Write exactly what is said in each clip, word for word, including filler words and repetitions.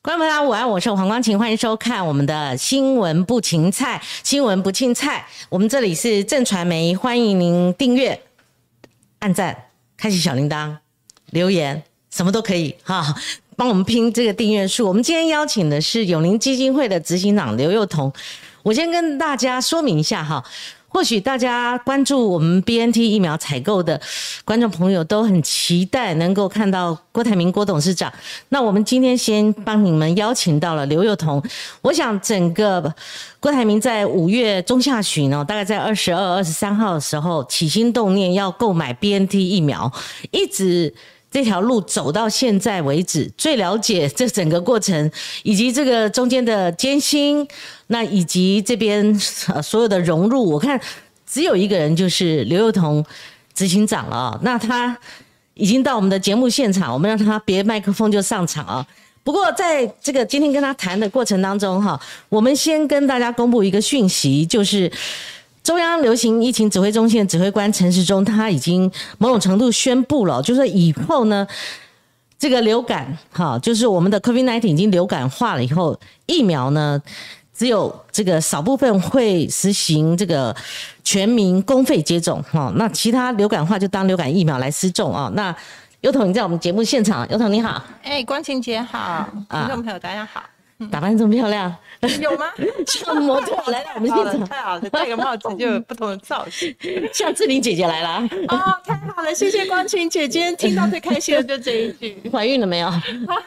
观众朋友大家午安，我是黄光芹，欢迎收看我们的新闻不芹菜，新闻不青菜。我们这里是正传媒，欢迎您订阅、按赞、开启小铃铛、留言，什么都可以哈，帮我们拼这个订阅数。我们今天邀请的是永龄基金会的执行长刘宥彤。我先跟大家说明一下哈。或许大家关注我们 B N T 疫苗采购的观众朋友都很期待能够看到郭台铭郭董事长，那我们今天先帮你们邀请到了刘宥彤。我想整个郭台铭在五月中下旬哦，大概在二十二、二十三号的时候起心动念要购买 B N T 疫苗，一直这条路走到现在为止，最了解这整个过程以及这个中间的艰辛，那以及这边、呃、所有的融入，我看只有一个人就是刘宥彤执行长了、哦、那他已经到我们的节目现场，我们让他别麦克风就上场啊、哦。不过在这个今天跟他谈的过程当中哈，我们先跟大家公布一个讯息，就是中央流行疫情指挥中心的指挥官陈时中，他已经某种程度宣布了，就是以后呢，这个流感，哈，就是我们的 COVID 十九 已经流感化了以后，疫苗呢，只有这个少部分会实行这个全民公费接种，哈，那其他流感化就当流感疫苗来施种啊。那宥彤，你在我们节目现场，宥彤你好， 哎，光芹姐好，听众朋友大家好。 打扮这么漂亮， 有吗？ 像模特来到我们现场， 太好了，戴个帽子就有不同的造型。 像志玲姐姐来了哦，太好了，谢谢光芹姐，今天听到最开心的就这一句。 怀孕了没有？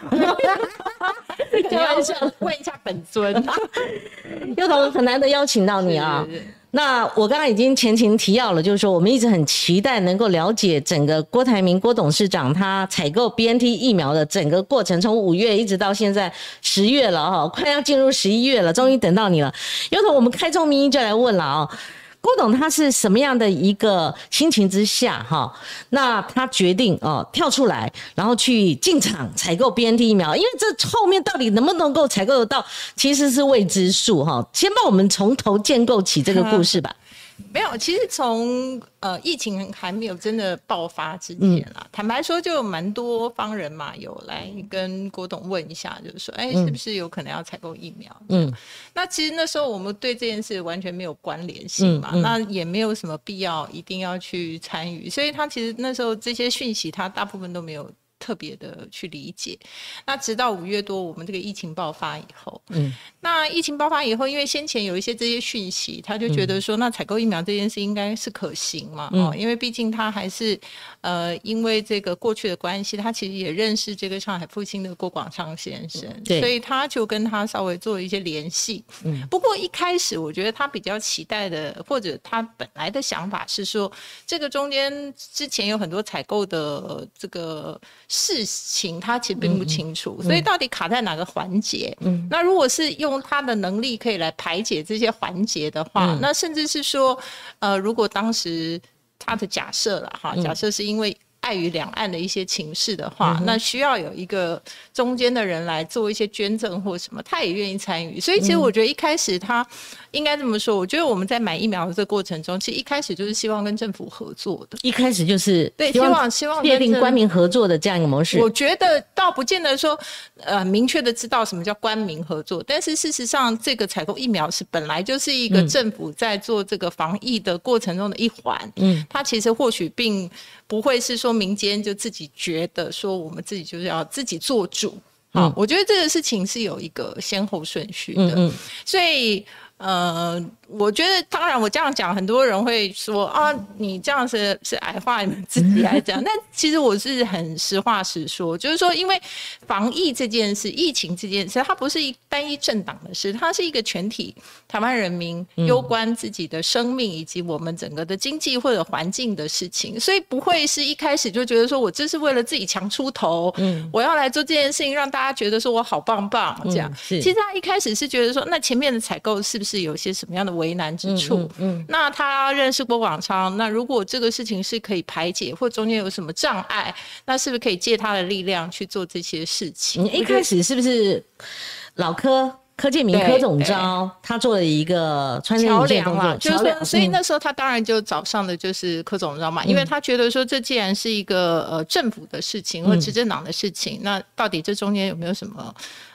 开玩笑，问一下本尊。 宥彤很难得邀请到你啊。是是是，那我刚刚已经前情提要了，就是说我们一直很期待能够了解整个郭台铭郭董事长他采购 B N T 疫苗的整个过程，从五月一直到现在十月了哈，快要进入十一月了，终于等到你了。宥彤，我们开宗明义就来问了啊、哦，郭董他是什么样的一个心情之下哈？那他决定哦跳出来，然后去进场采购 B N T 疫苗，因为这后面到底能不能够采购得到，其实是未知数哈。先帮我们从头建构起这个故事吧。 没有，其实从呃疫情还没有真的爆发之前啦，嗯、坦白说就有蛮多方人嘛有来跟郭董问一下，就是说，哎、欸，是不是有可能要采购疫苗？嗯，那其实那时候我们对这件事完全没有关联性嘛，嗯嗯、那也没有什么必要一定要去参与，所以他其实那时候这些讯息他大部分都没有特别的去理解。那直到五月多我们这个疫情爆发以后，嗯，那疫情爆发以后，因为先前有一些这些讯息，他就觉得说、嗯、那采购疫苗这件事应该是可行嘛、嗯哦、因为毕竟他还是呃因为这个过去的关系，他其实也认识这个上海复兴的郭广昌先生、嗯、所以他就跟他稍微做了一些联系、嗯、不过一开始我觉得他比较期待的，或者他本来的想法是说，这个中间之前有很多采购的这个事情他其实并不清楚、嗯、所以到底卡在哪个环节、嗯、那如果是用他的能力可以来排解这些环节的话、嗯、那甚至是说呃，如果当时他的假设啦哈，假设是因为碍于两岸的一些情势的话、嗯、那需要有一个中间的人来做一些捐赠或什么，他也愿意参与。所以其实我觉得一开始他应该这么说，我觉得我们在买疫苗的这个过程中，其实一开始就是希望跟政府合作的， 一开始就是对，希望希望确定官民合作的这样一个模式。 我觉得倒不见得说呃明确的知道什么叫官民合作，但是事实上这个采购疫苗是本来就是一个政府在做这个防疫的过程中的一环，嗯，它其实或许并不会是说民间就自己觉得说我们自己就是要自己做主。好、嗯，我觉得这个事情是有一个先后顺序的，嗯嗯，所以呃，我觉得当然我这样讲，很多人会说啊，你这样是是矮化你们自己来讲，但其实我是很实话实说，就是说，因为防疫这件事、疫情这件事，它不是一单一政党的事，它是一个全体台湾人民攸关自己的生命以及我们整个的经济或者环境的事情，所以不会是一开始就觉得说我这是为了自己强出头，嗯，我要来做这件事情，让大家觉得说我好棒棒这样。嗯、其实他一开始是觉得说，那前面的采购是不是有些什么样的为难之处？嗯嗯嗯、那他认识郭广昌，那如果这个事情是可以排解，或中间有什么障碍，那是不是可以借他的力量去做这些事情？ 你一开始是不是老柯？柯建铭柯总召他做了一个穿针引线动作， 就是说，所以那时候他当然就找上的就是柯总召嘛，嗯、因为他觉得说这既然是一个呃政府的事情或执政党的事情，嗯、那到底这中间有没有什么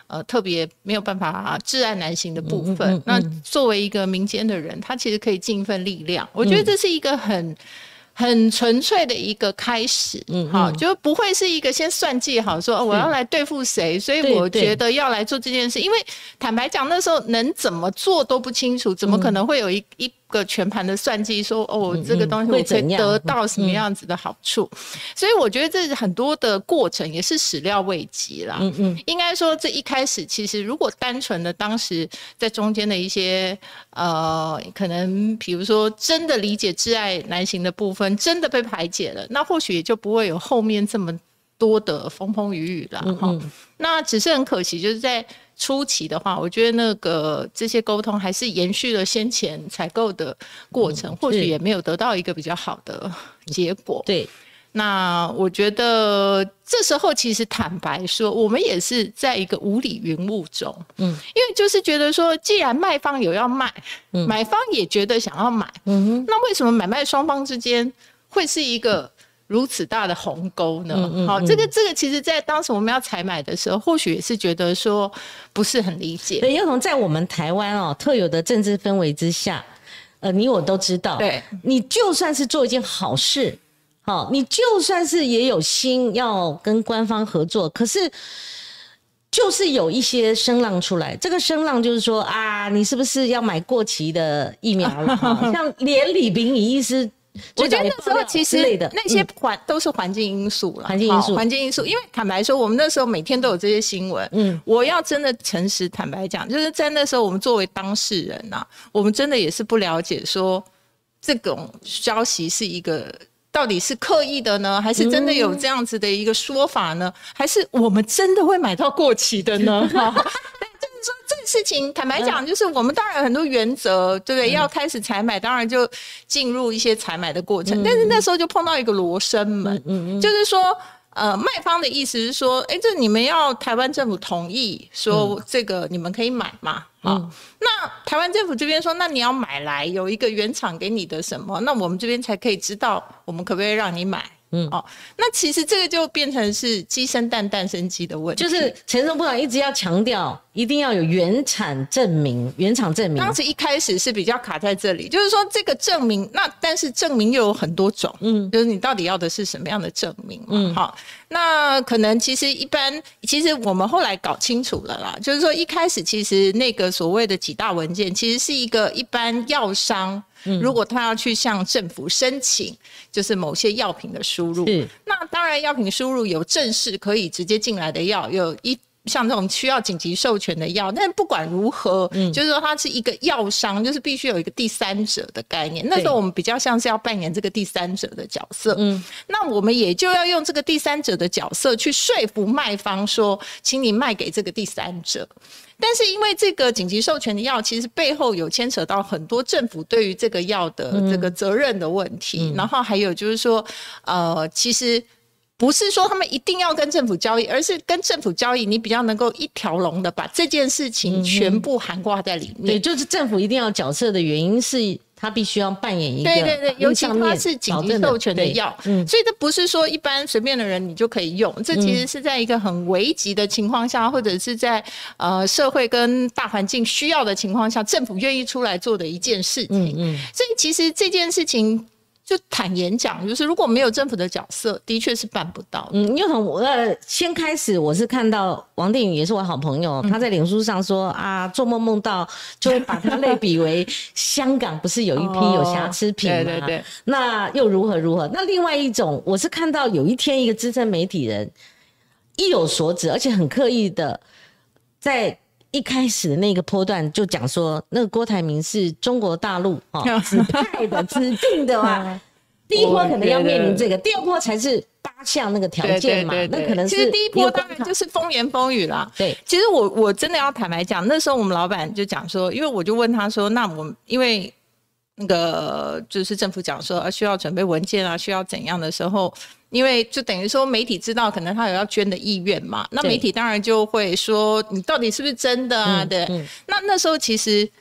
呃特别没有办法窒碍难行的部分。嗯嗯嗯嗯，那作为一个民间的人，他其实可以尽一份力量。我觉得这是一个很。嗯很纯粹的一个开始，嗯，好，就不会是一个先算计好说、哦、我要来对付谁，所以我觉得要来做这件事。因为坦白讲，那时候能怎么做都不清楚，怎么可能会有一、嗯、一个全盘的算计说哦，嗯、这个东西我可以得到什么样子的好处？嗯、所以我觉得这很多的过程也是始料未及啦。嗯嗯，应该说这一开始其实如果单纯的当时在中间的一些呃，可能比如说真的理解窒碍难行的部分。真的被排解了，那或许也就不会有后面这么多的风风雨雨啦。嗯嗯，那只是很可惜，就是在初期的话，我觉得那个这些沟通还是延续了先前采购的过程，嗯、或许也没有得到一个比较好的结果。对。那我觉得这时候其实坦白说，我们也是在一个无理云雾中，嗯，因为就是觉得说，既然卖方有要卖，嗯、买方也觉得想要买，嗯，那为什么买卖双方之间会是一个如此大的鸿沟呢？嗯嗯嗯，好，这个这个其实在当时我们要采买的时候，或许也是觉得说不是很理解。 对，幼童在我们台湾哦特有的政治氛围之下，呃，你我都知道，对，你就算是做一件好事。好，你就算是也有心要跟官方合作，可是就是有一些声浪出来。这个声浪就是说啊，你是不是要买过期的疫苗了？像连李秉乙医师， 我觉得那时候其实那些环、嗯、都是环境因素了，环境因素，环境因素。因为坦白说，我们那时候每天都有这些新闻。嗯，我要真的诚实坦白讲，就是在那时候，我们作为当事人呐、啊，我们真的也是不了解说这种消息是一个。到底是刻意的呢，还是真的有这样子的一个说法呢？嗯、还是我们真的会买到过期的呢？但就是说，这个事情坦白讲，就是我们当然有很多原则，对不对？嗯、要开始采买，当然就进入一些采买的过程。嗯、但是那时候就碰到一个罗生门，嗯嗯、就是说。呃，卖方的意思是说，哎，这你们要台湾政府同意，说这个你们可以买嘛？嗯、好，那台湾政府这边说，那你要买来有一个原厂给你的什么，那我们这边才可以知道我们可不可以让你买。嗯，哦，那其实这个就变成是鸡生蛋，蛋生鸡的问题。 就是陈时中部长一直要强调，一定要有原产证明、原厂证明。 当时一开始是比较卡在这里，就是说这个证明，那但是证明又有很多种，嗯，就是你到底要的是什么样的证明嘛？嗯，好，那可能其实一般，其实我们后来搞清楚了啦，就是说一开始其实那个所谓的几大文件，其实是一个一般药商。如果他要去向政府申请，就是某些药品的输入，那当然药品输入有正式可以直接进来的药，有一像这种需要紧急授权的药，但不管如何，嗯、就是说它是一个药商，就是必须有一个第三者的概念。那时候我们比较像是要扮演这个第三者的角色，嗯，那我们也就要用这个第三者的角色去说服卖方说，请你卖给这个第三者。但是因为这个紧急授权的药，其实背后有牵扯到很多政府对于这个药的这个责任的问题，嗯、然后还有就是说，呃，其实不是说他们一定要跟政府交易，而是跟政府交易，你比较能够一条龙的把这件事情全部涵盖在里面。 对，就是政府一定要角色的原因是。他必须要扮演一个， 对对对，尤其他是紧急授权的药，嗯，所以这不是说一般随便的人你就可以用，这其实是在一个很危急的情况下，或者是在呃社会跟大环境需要的情况下，政府愿意出来做的一件事情。嗯嗯，所以其实这件事情。就坦言讲，就是如果没有政府的角色，的确是办不到的。 嗯，因为我呃，先开始我是看到王定宇也是我好朋友，嗯、他在脸书上说啊，做梦梦到就会把它类比为香港不是有一批有瑕疵品吗？哦、对对对。那又如何如何？那另外一种，我是看到有一天一个资深媒体人意有所指，而且很刻意的在。一开始的那个波段就讲说，那个郭台铭是中国大陆哦指派的、指定的嘛。第一波可能要面临这个，第二波才是八项那个条件嘛。对对对对，那可能是其实第一波当然就是风言风语啦。对，其实我我真的要坦白讲，那时候我们老板就讲说，因为我就问他说，那我们因为那个就是政府讲说、啊、需要准备文件啊，需要怎样的时候。因为就等于说媒体知道可能他有要捐的意愿嘛，那媒体当然就会说你到底是不是真的啊？对，嗯嗯、那那时候其实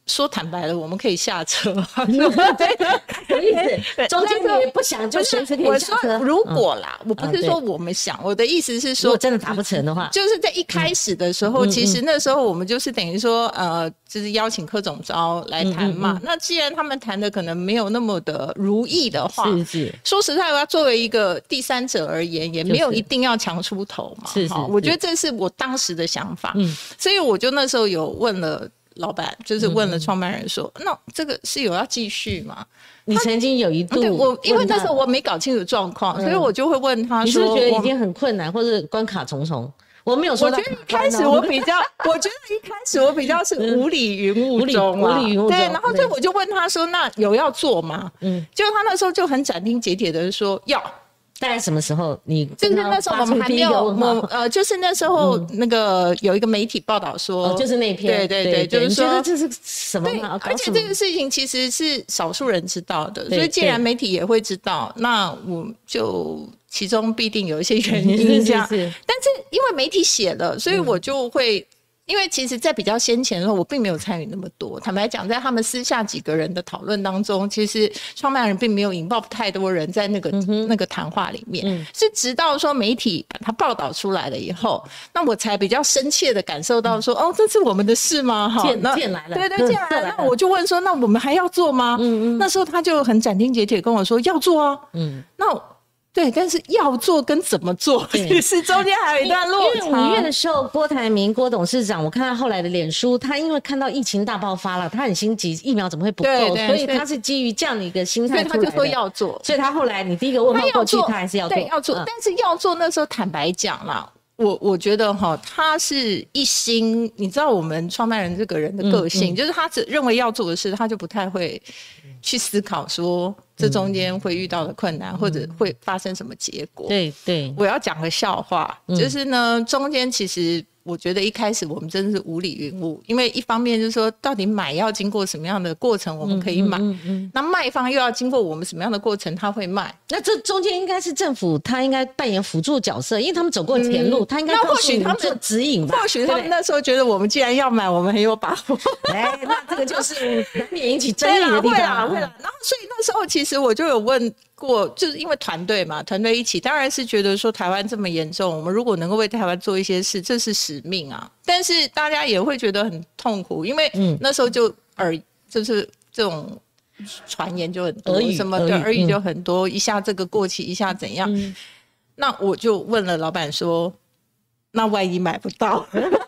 说坦白了，我们可以下车。 什么意思？中间你也不想就随时可以下车。 我说如果啦，嗯、我不是说我们想，嗯、我的意思是说， 如果真的达不成的话， 就是在一开始的时候，嗯、其实那时候我们就是等于说，呃，就是邀请柯总召来谈嘛。嗯嗯嗯那既然他们谈的可能没有那么的如意的话， 是是， 说实在话，作为一个第三者而言，也没有一定要强出头嘛。 是是是， 我觉得这是我当时的想法。 嗯， 所以我就那时候有问了。老板就是问了创办人说：“嗯、那这个是有要继续吗？” 你曾经有一度， 对我因为那时候我没搞清楚状况，嗯、所以我就会问他说：“ 你是不是觉得已经很困难，或者关卡重重？”我没有说， 我觉得一开始我比较，我觉得一开始我比较是无理云雾中啊，无理云雾中。 对，然后所以我就问他说：“那有要做吗？”嗯，结果他那时候就很斩钉截铁的说要。 大概什么时候？你就是那时候我们还没有，我呃，就是那时候那个有一个媒体报道说， 嗯哦、就是那篇， 对对对，就是说这是什么嘛？ 而且这个事情其实是少数人知道的，所以既然媒体也会知道，那我就其中必定有一些原因这样。是是是但是因为媒体写了，所以我就会。嗯因为其实，在比较先前的时候，我并没有参与那么多。坦白讲，在他们私下几个人的讨论当中，其实创办人并没有引爆太多人在那个、嗯、那个谈话里面。嗯、是直到说媒体把它报道出来了以后，那我才比较深切的感受到说，嗯、哦，这是我们的事吗？哈， 进进来了， 对对，进来了。那我就问说，那我们还要做吗？嗯嗯。那时候他就很斩钉截铁跟我说要做啊。嗯。那。对，但是要做跟怎么做，其实中间还有一段落差。 因为五月的时候，郭台铭郭董事长，我看他后来的脸书，他因为看到疫情大爆发了，他很心急，疫苗怎么会不够？对对所以他是基于这样的一个心态出来的， 所以他就说要做。 所以他后来你第一个问号过去，他还是要做， 对，要做。嗯、但是要做那时候坦白讲啦。我我觉得哈，他是一心，你知道我们创办人这个人的个性，嗯嗯、就是他只认为要做的事，他就不太会去思考说这中间会遇到的困难，嗯、或者会发生什么结果。 对对， 我要讲个笑话，嗯、就是呢，中间其实。我觉得一开始我们真的是无理云雾，因为一方面就是说，到底买要经过什么样的过程，我们可以买；嗯嗯嗯、那卖方又要经过我们什么样的过程，他会卖。 那这中间应该是政府，他应该扮演辅助角色，因为他们走过前路，嗯、他应该那或许他们做指引吧。 或许他们那时候觉得我们既然要买，我们很有把握。 哎，那这个就是难免引起争议的地方。 会啦，会啦。然后所以那时候其实我就有问。过就是因为团队嘛，团队一起，当然是觉得说台湾这么严重，我们如果能够为台湾做一些事，这是使命啊。但是大家也会觉得很痛苦，因为那时候就耳就是这种传言就很多，什么的耳语就很多，嗯、一下这个过期，一下怎样。嗯、那我就问了老板说，那万一买不到？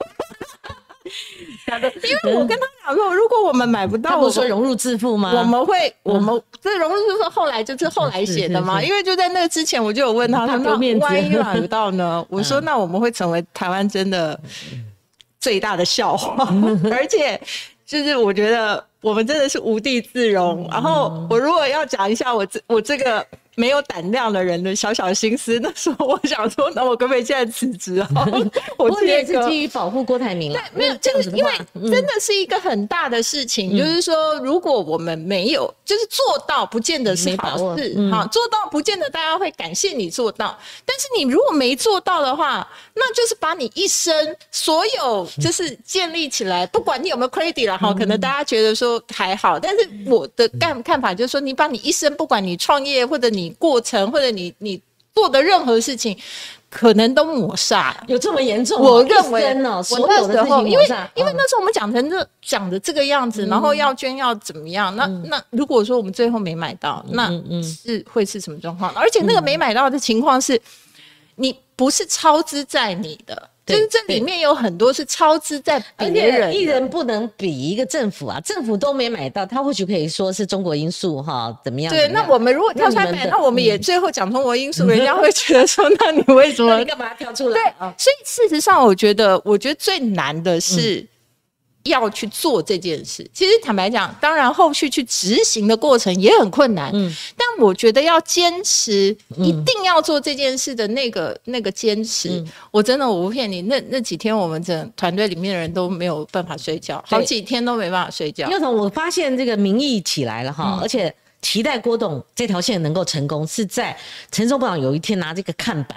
因为我跟他讲说，如果我们买不到， 他不是说融入致富吗？ 我们会，我们、嗯、这融入致富后来就是后来写的嘛。是是是因为就在那个之前，我就有问他，他说万一买不到呢？我说那我们会成为台湾真的最大的笑话，嗯、而且就是我觉得我们真的是无地自容。嗯、然后我如果要讲一下我这我这个。没有胆量的人的小小心思，那时候我想说，那我可不可以现在辞职啊？ 我也是基于保护郭台铭了。 对，没有，就是因为真的是一个很大的事情，嗯、就是说，如果我们没有，就是做到，不见得是好事。嗯、好，做到不见得大家会感谢你做到，但是你如果没做到的话，那就是把你一生所有就是建立起来，不管你有没有 credit 啦，哈，可能大家觉得说还好，但是我的看看法就是说，你把你一生，不管你创业或者你过程或者你你做的任何事情，可能都抹煞了。 有这么严重？ 我认为哦，所有的事情抹煞， 因为因为那时候我们讲成这讲的这个样子，嗯、然后要捐要怎么样？那、嗯、那如果说我们最后没买到，那是会是什么状况？而且那个没买到的情况是，你不是超支在你的。就是这里面有很多是超支在别人， 一人不能比一个政府啊，政府都没买到，他或许可以说是中国因素哈，怎么样？ 对，那我们如果跳出来买，那我们也最后讲中国因素，嗯、人家会觉得说，那你为什么？ 你干嘛跳出来？ 对，哦、所以事实上，我觉得，我觉得最难的是。嗯要去做这件事，其实坦白讲，当然后续去执行的过程也很困难。嗯，但我觉得要坚持，一定要做这件事的那个那个坚持，嗯、我真的我不骗你，那那几天我们整团队里面的人都没有办法睡觉，好几天都没办法睡觉。 因为我发现这个民意起来了哈，嗯、而且期待郭董这条线能够成功，是在陈时中部长有一天拿这个看板。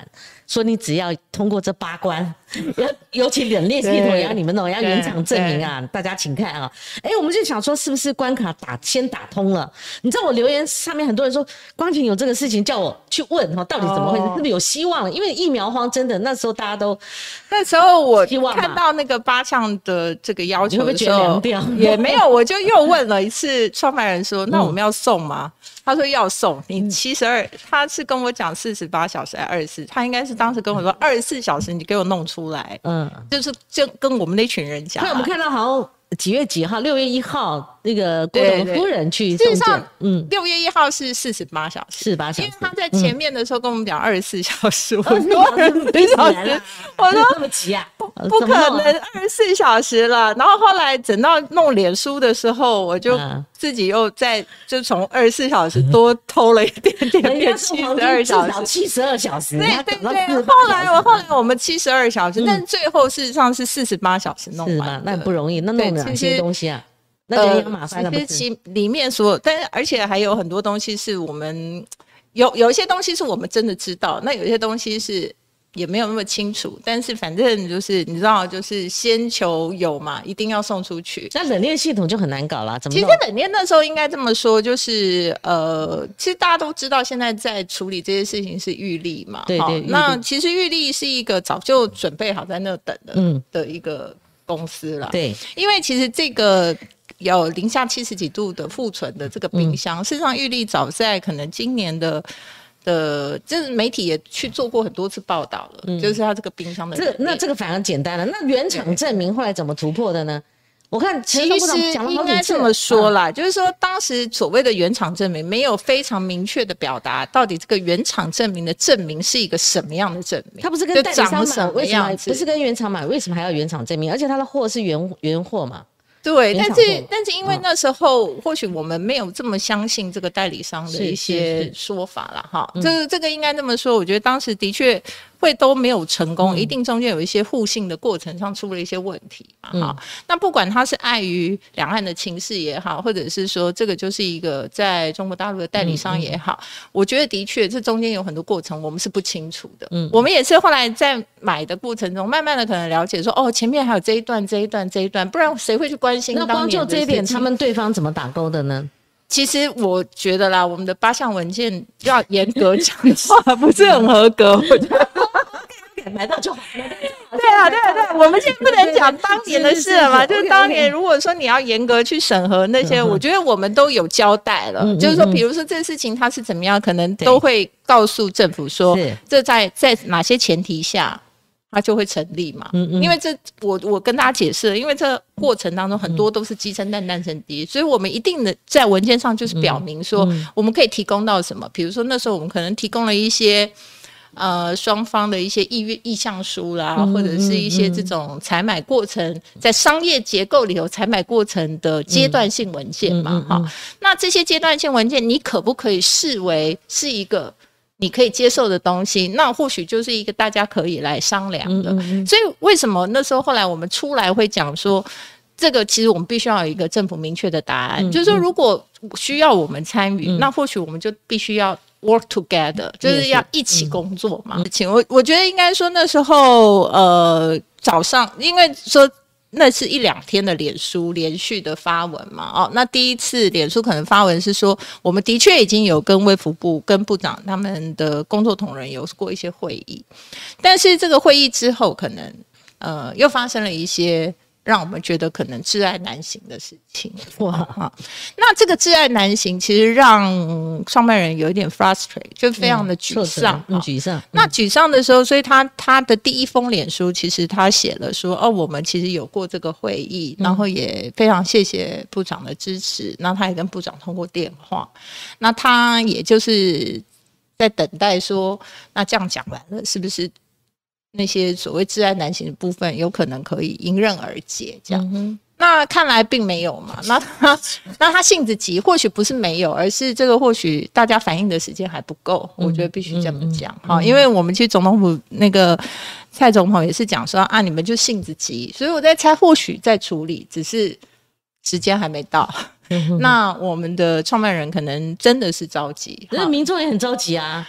说你只要通过这八关，尤其冷链系统也要你们弄，要原厂证明啊，大家请看啊。哎，我们就想说是不是关卡打先打通了？你知道我留言上面很多人说光晴有这个事情，叫我去问哈，到底怎么回事？哦、是不是有希望了？因为疫苗荒真的那时候大家都那时候我看到那个八项的这个要求的时候，也没有，我就又问了一次创办人说：“那我们要送吗？”嗯、他说要送，你七十二，他是跟我讲四十八小时还二十四，他应该是当时跟我说二十四小时，你给我弄出来，嗯，就是就跟我们那群人讲。 那我们看到好像几月几号？六月一号，那个郭董夫人去送检， 嗯，六月一号是四十八小时， 四十八小时， 因为他在前面的时候跟我们讲二十四小时，我说二十四小时， 我说这么急啊， 不可能二十四小时了。然后后来等到弄脸书的时候，我就自己又再就从二十四小时多偷了一点点，变七十二小时， 七十二小时， 对对对。后来我后来我们七十二小时，但最后事实上是四十八小时弄完， 那不容易，那弄哪些东西啊？那人仰马翻了不是？ 其实里面所有，但是而且还有很多东西是我们有有一些东西是我们真的知道，那有一些东西是也没有那么清楚。但是反正就是你知道，就是先求有嘛，一定要送出去。 那冷链系统就很难搞了，怎么？ 其实冷链那时候应该这么说，就是呃，其实大家都知道，现在在处理这些事情是预立嘛， 对对。 那其实预立是一个早就准备好在那等的，嗯，的一个公司了。 对， 因为其实这个。有零下七十几度的复存的这个冰箱，嗯、事实上预立早在可能今年的的，就是媒体也去做过很多次报道了，嗯、就是它这个冰箱的这那这个反而简单了。那原厂证明后来怎么突破的呢？我看其实应该这么说啦，嗯、就是说当时所谓的原厂证明没有非常明确的表达，到底这个原厂证明的证明是一个什么样的证明？ 它不是跟代理商买，为什么不是跟原厂买？为什么还要原厂证明？而且它的货是原原货嘛？ 对，但是但是因为那时候、嗯、或许我们没有这么相信这个代理商的一些说法啦，哈，这个这个应该这么说，我觉得当时的确会都没有成功，嗯、一定中间有一些互信的过程上出了一些问题嘛，哈、嗯。那不管它是碍于两岸的情势也好，或者是说这个就是一个在中国大陆的代理商也好，嗯嗯、我觉得的确这中间有很多过程我们是不清楚的，嗯，我们也是后来在买的过程中，慢慢的可能了解说，哦，前面还有这一段、这一段、这一段，不然谁会去关心？ 那光就这一点，他们对方怎么打勾的呢？ 其实我觉得啦，我们的八项文件要严格讲的话，不是很合格。我觉得买到就好了。 对啊，对啊，对啊，我们现在不能讲当年的事了嘛。就是当年如果说你要严格去审核那些，我觉得我们都有交代了。就是说，比如说这事情它是怎么样，可能都会告诉政府说，这在在哪些前提下。它就会成立嘛，嗯嗯因为这我我跟大家解释了，因为这过程当中很多都是鸡生蛋蛋生鸡，所以我们一定的在文件上就是表明说我们可以提供到什么，比如说那时候我们可能提供了一些呃双方的一些意意向书啦，或者是一些这种采买过程在商业结构里头采买过程的阶段性文件嘛，哈，那这些阶段性文件你可不可以视为是一个？你可以接受的东西，那或许就是一个大家可以来商量的。嗯嗯嗯所以为什么那时候后来我们出来会讲说，这个其实我们必须要有一个政府明确的答案，嗯嗯就是说如果需要我们参与，嗯、那或许我们就必须要 work together，、嗯、就是要一起工作嘛。嗯、我我觉得应该说那时候呃早上，因为说。那是一两天的脸书连续的发文嘛，哦，那第一次脸书可能发文是说，我们的确已经有跟卫福部、跟部长他们的工作同仁有过一些会议，但是这个会议之后，可能呃又发生了一些让我们觉得可能窒碍难行的事情。哇，哈，那这个窒碍难行，其实让创办人有一点 frustrate， 就非常的沮丧， 嗯，沮丧。 那沮丧的时候，所以他他的第一封脸书，其实他写了说，哦，我们其实有过这个会议，然后也非常谢谢部长的支持，那他也跟部长通过电话，那他也就是在等待说，那这样讲完了，是不是？那些所谓窒碍难行的部分，有可能可以迎刃而解，这样。嗯、那看来并没有嘛。那他那他性子急，或许不是没有，而是这个或许大家反应的时间还不够。嗯、我觉得必须这么讲哈、嗯嗯，因为我们去总统府那个蔡总统也是讲说啊，你们就性子急，所以我在猜，或许在处理，只是时间还没到。嗯、那我们的创办人可能真的是着急， 可是民众也很着急啊。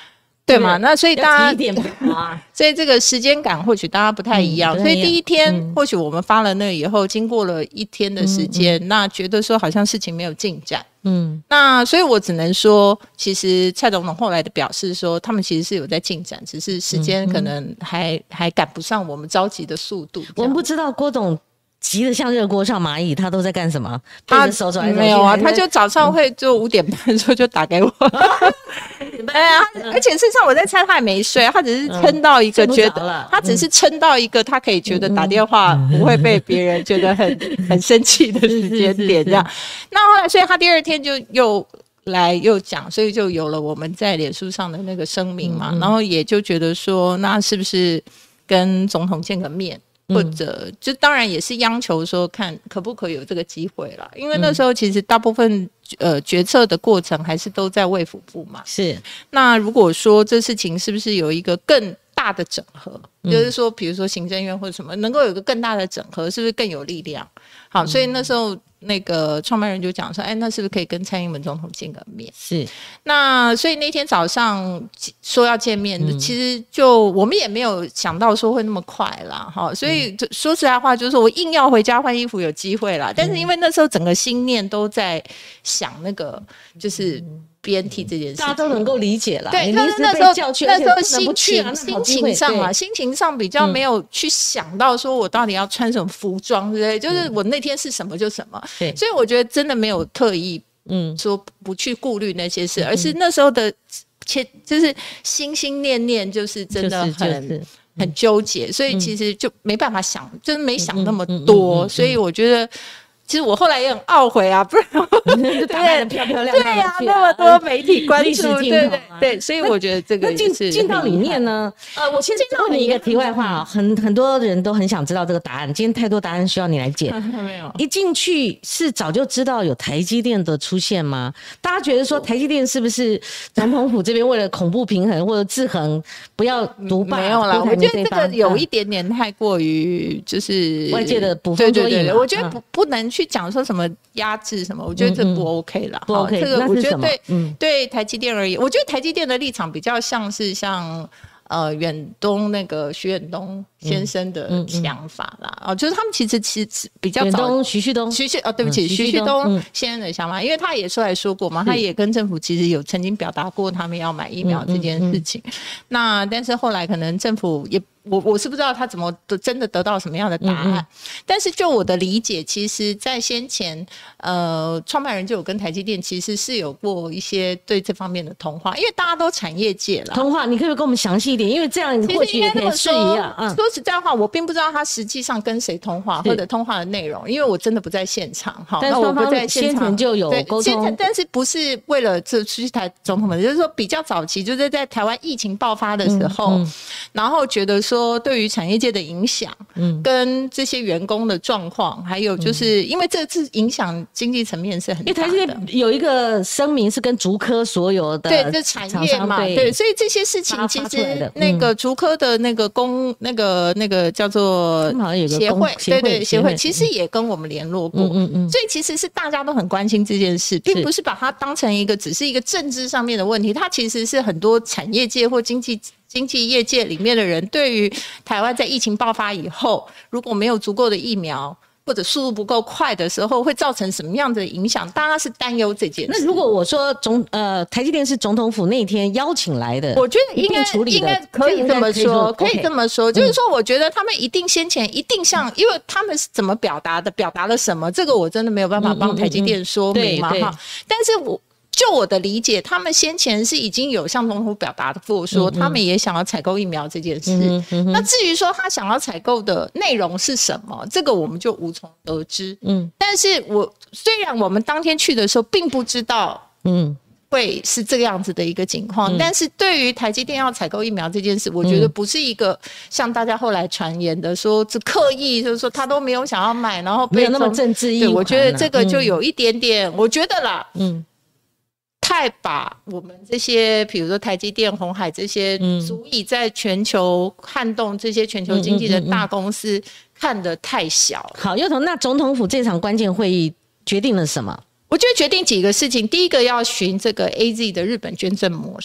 对嘛？那所以大家啊， 所以这个时间感或许大家不太一样，嗯、所以第一天、嗯、或许我们发了那个以后，经过了一天的时间、嗯嗯，那觉得说好像事情没有进展，嗯，那所以我只能说，其实蔡总统后来的表示说，他们其实是有在进展，只是时间可能还、嗯、还赶不上我们着急的速度。 我们不知道郭董急得像热锅上蚂蚁，他都在干什么？ 他手走来没有啊，他就早上会就五点半的时候就打给我。哎呀，而且事实上我在猜他也没睡，他只是撑到一个觉得，嗯、他只是撑到一个他可以觉得打电话不会被别人觉得很、嗯、很生气的时间点这样。那后来，所以他第二天就又来又讲，所以就有了我们在脸书上的那个声明嘛，嗯、然后也就觉得说，那是不是跟总统见个面？或者就当然也是央求说看可不可以有这个机会啦，因为那时候其实大部分呃决策的过程还是都在卫福部嘛。是，那如果说这事情是不是有一个更大的整合，嗯、就是说比如说行政院或者什么能够有一个更大的整合，是不是更有力量？好，所以那时候那个创办人就讲说，哎，那是不是可以跟蔡英文总统见个面？是，那所以那天早上说要见面的，嗯、其实就我们也没有想到说会那么快啦，哈，所以说实在话，就是说我硬要回家换衣服有机会啦，但是因为那时候整个心念都在想那个就是B N T 这件事， 大家都能够理解啦。 对，但是那时候那时候心情心情上啊，心情上比较没有去想到说我到底要穿什么服装之类，就是我那天是什么就什么。对，所以我觉得真的没有特意嗯说不去顾虑那些事，嗯、而是那时候的切就是心心念念就是真的很、就是就是、很纠结，所以其实就没办法想，嗯、就是没想那么多，嗯嗯嗯嗯嗯、所以我觉得。其实我后来也很懊悔啊，不然就打扮得漂漂亮亮。 对呀、啊，那么多媒体关注，对对对，所以我觉得这个进进到里面呢，呃，我先问你一个题外话啊，很很多人都很想知道这个答案，今天太多答案需要你来解。没有，一进去是早就知道有台积电的出现吗？大家觉得说台积电是不是总统府这边为了恐怖平衡或者制衡，不要独霸？ 没有啦，我觉得这个有一点点太过于就是外界的捕风捉影。 我觉得不不能。去讲说什么压制什么，我觉得这不 OK 啦。 不 OK， 这个我觉得对、嗯、对台积电而言，我觉得台积电的立场比较像是像呃远东那个徐远东先生的想法啦。嗯嗯嗯哦，就是他们其实其实比较早， 徐旭东， 徐旭哦，对不起，嗯、徐旭东先生的想法，因为他也出来说过嘛，他也跟政府其实有曾经表达过他们要买疫苗这件事情。嗯嗯嗯那但是后来可能政府也。我我是不知道他怎么真的得到什么样的答案，嗯嗯但是就我的理解，其实在先前，呃，创办人就有跟台积电其实是有过一些对这方面的通话，因为大家都产业界啦。 通话，你可不可以跟我们详细一点？因为这样或许也可以试一样。 嗯、说实在话，我并不知道他实际上跟谁通话或者通话的内容，因为我真的不在现场。哈， 但双方先前就有沟通， 但是不是为了这去台总统们，就是说比较早期，就是在台湾疫情爆发的时候，嗯嗯、然后觉得说。说对于产业界的影响，嗯，跟这些员工的状况，还有就是、嗯、因为这次影响经济层面是很大的。 因为台积电有一个声明是跟竹科所有的对这产业嘛，对，所以这些事情其实那个竹科的那个工、嗯、那个那个叫做协会，对对协会，其实也跟我们联络过，嗯嗯嗯，所以其实是大家都很关心这件事，并不是把它当成一个只是一个政治上面的问题，它其实是很多产业界或经济。经济业界里面的人对于台湾在疫情爆发以后，如果没有足够的疫苗或者速度不够快的时候，会造成什么样的影响？大家是担忧这件事。 那如果我说总呃台积电是总统府那天邀请来的， 我觉得应该应该可以这么说，可以这么说，就是说，我觉得他们一定先前一定像，因为他们是怎么表达的，表达了什么，这个我真的没有办法帮台积电说明嘛哈。但是我。就我的理解，他们先前是已经有向总统府表达过说，他们也想要采购疫苗这件事。嗯嗯、那至于说他想要采购的内容是什么，这个我们就无从得知。嗯，但是我虽然我们当天去的时候并不知道，嗯，会是这个样子的一个情况、嗯，但是对于台积电要采购疫苗这件事，我觉得不是一个像大家后来传言的说，这刻意就是说他都没有想要买，然后没有那么政治意味、啊。 对，我觉得这个就有一点点，嗯、我觉得啦，嗯。太把我们这些比如说台积电、鸿海这些足以在全球撼动这些全球经济的大公司看得太小了。 好，幼彤，那总统府这场关键会议决定了什么？ 我觉得决定几个事情，第一个要循这个 A Z 的日本捐赠模式。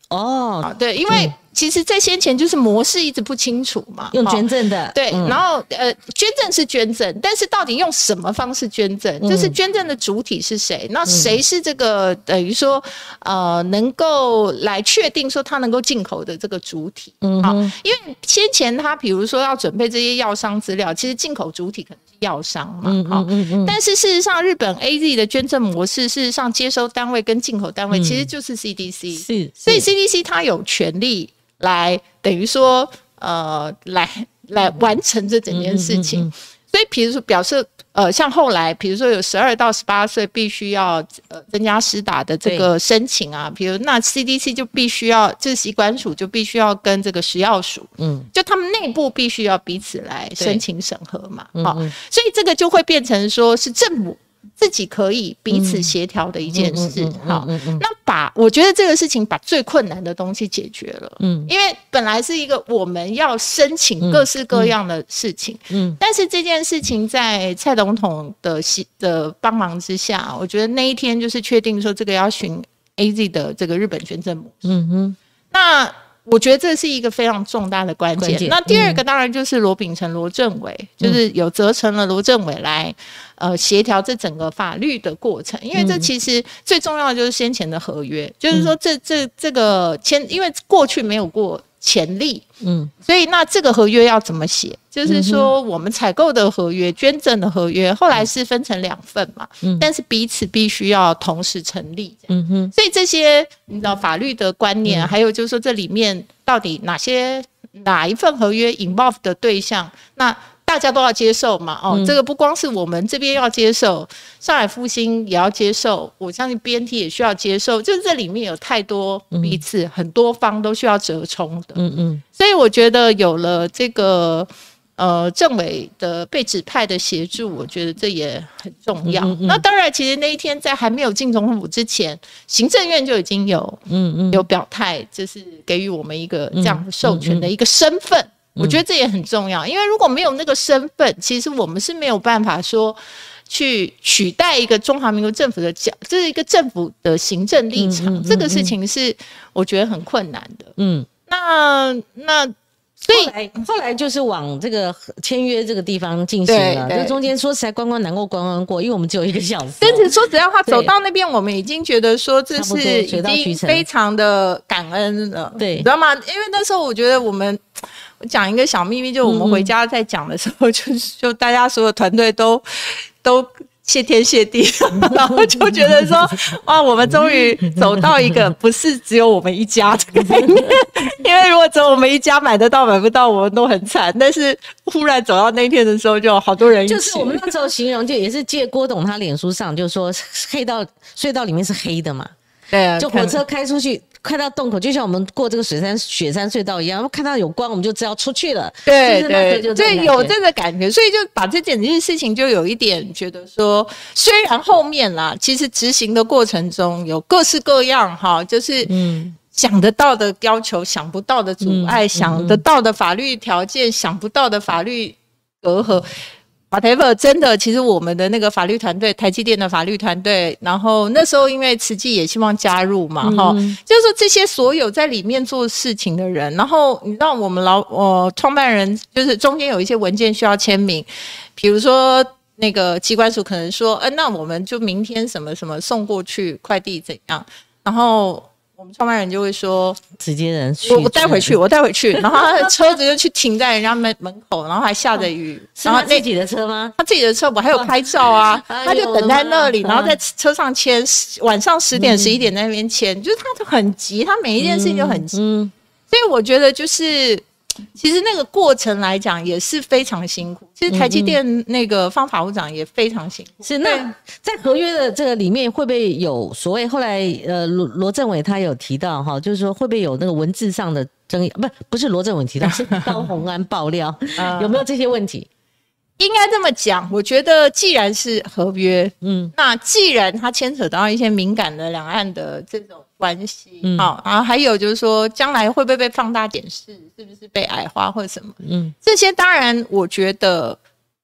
哦， 啊，对，因为其实在先前就是模式一直不清楚嘛， 用捐赠的， 对， 嗯、 然后呃，捐赠是捐赠，但是到底用什么方式捐赠？嗯、就是捐赠的主体是谁？那谁是这个等于说呃能够来确定说他能够进口的这个主体？嗯，好，因为先前他比如说要准备这些药商资料，其实进口主体可能是药商嘛，嗯嗯嗯嗯，但是事实上日本 A Z 的捐赠模式，事实上接收单位跟进口单位其实就是 C D C，、嗯、是，所以 C D C 它有权利来等于说呃来来完成这整件事情，嗯嗯嗯嗯，所以比如说表示呃像后来比如说有十二到十八岁必须要呃增加施打的这个申请啊，比如那 C D C 就必须要就是疾管署就必须要跟这个食药署，嗯，就他们内部必须要彼此来申请审核嘛，好、嗯嗯，所以这个就会变成说是政府自己可以彼此协调的一件事，好，那把我觉得这个事情把最困难的东西解决了，嗯，因为本来是一个我们要申请各式各样的事情，嗯，嗯但是这件事情在蔡总统的的帮忙之下，我觉得那一天就是确定说这个要循 A Z 的这个日本捐赠模式，嗯哼，那我觉得这是一个非常重大的关键。关键那第二个当然就是罗秉成、罗政委、嗯，就是有责成了罗政委来呃协调这整个法律的过程，因为这其实最重要的就是先前的合约，嗯、就是说这这这个签，因为过去没有过前例，嗯，所以那这个合约要怎么写？就是说我们采购的合约、捐赠的合约，后来是分成两份嘛，嗯，但是彼此必须要同时成立，嗯哼，所以这些你知道法律的观念，嗯、还有就是说这里面到底哪些哪一份合约 involve 的对象，那大家都要接受嘛，哦，嗯、这个不光是我们这边要接受，上海复兴也要接受，我相信 B N T 也需要接受，就是这里面有太多彼此、嗯、很多方都需要折冲的，嗯嗯，所以我觉得有了这个呃政委的被指派的协助，我觉得这也很重要。嗯嗯嗯那当然，其实那一天在还没有进总统府之前，行政院就已经有嗯嗯有表态，就是给予我们一个这样的授权的一个身份。嗯嗯嗯我觉得这也很重要，因为如果没有那个身份，其实我们是没有办法说去取代一个中华民国政府的角，这是一个政府的行政立场，嗯嗯嗯嗯这个事情是我觉得很困难的。嗯，那那所以后来后来就是往这个签约这个地方进行了，这中间说实在关关难过关关过，因为我们只有一个小时。 但是说实在话，走到那边我们已经觉得说这是已经非常的感恩了，对，你知道吗？因为那时候我觉得我们。我讲一个小秘密，就我们回家在讲的时候，嗯、就就大家所有团队都都谢天谢地，然后就觉得说，哇，我们终于走到一个不是只有我们一家这个概念，因为如果只有我们一家买得到买不到，我们都很惨。但是忽然走到那一天的时候，就好多人一起。 就是我们那时候形容，就也是借郭董他脸书上就说，黑道隧道里面是黑的嘛。 对啊， 就火车开出去，看到洞口，就像我们过这个雪山雪山隧道一样，看到有光，我们就知道出去了。 对对，所以有这个感觉，所以就把这整件事情就有一点觉得说，虽然后面啦，其实执行的过程中有各式各样哈，就是嗯。想得到的要求，想不到的阻碍，嗯、想得到的法律条件，想不到的法律隔阂。whatever 真的，其实我们的那个法律团队，台积电的法律团队，然后那时候因为慈济也希望加入嘛，哈、嗯，就是说这些所有在里面做事情的人，然后你知道我们老呃创办人就是中间有一些文件需要签名，比如说那个机关署可能说，呃，那我们就明天什么什么送过去，快递怎样，然后。我们创办人就会说， 直接人我我带回去，我带回去，然后他的车子就去停在人家门门口，然后还下着雨， 是他自己的车吗？ 他自己的车，我还有拍照啊，他就等在那里，然后在车上签，晚上十点十一点在那边签，就是他就很急，他每一件事情就很急，所以我觉得就是。其实那个过程来讲也是非常辛苦，其实台积电那个方法务长也非常辛苦。 是那在合约的这个里面会不会有所谓后来呃罗罗政委他有提到哈，就是说会不会有那个文字上的争议？不不是罗政委提到，是高虹安爆料有没有这些问题？ 应该这么讲，我觉得既然是合约，嗯，那既然它牵扯到一些敏感的两岸的这种关系，嗯，好，然后还有就是说，将来会不会被放大检视，是不是被矮化或者什么，嗯，这些当然我觉得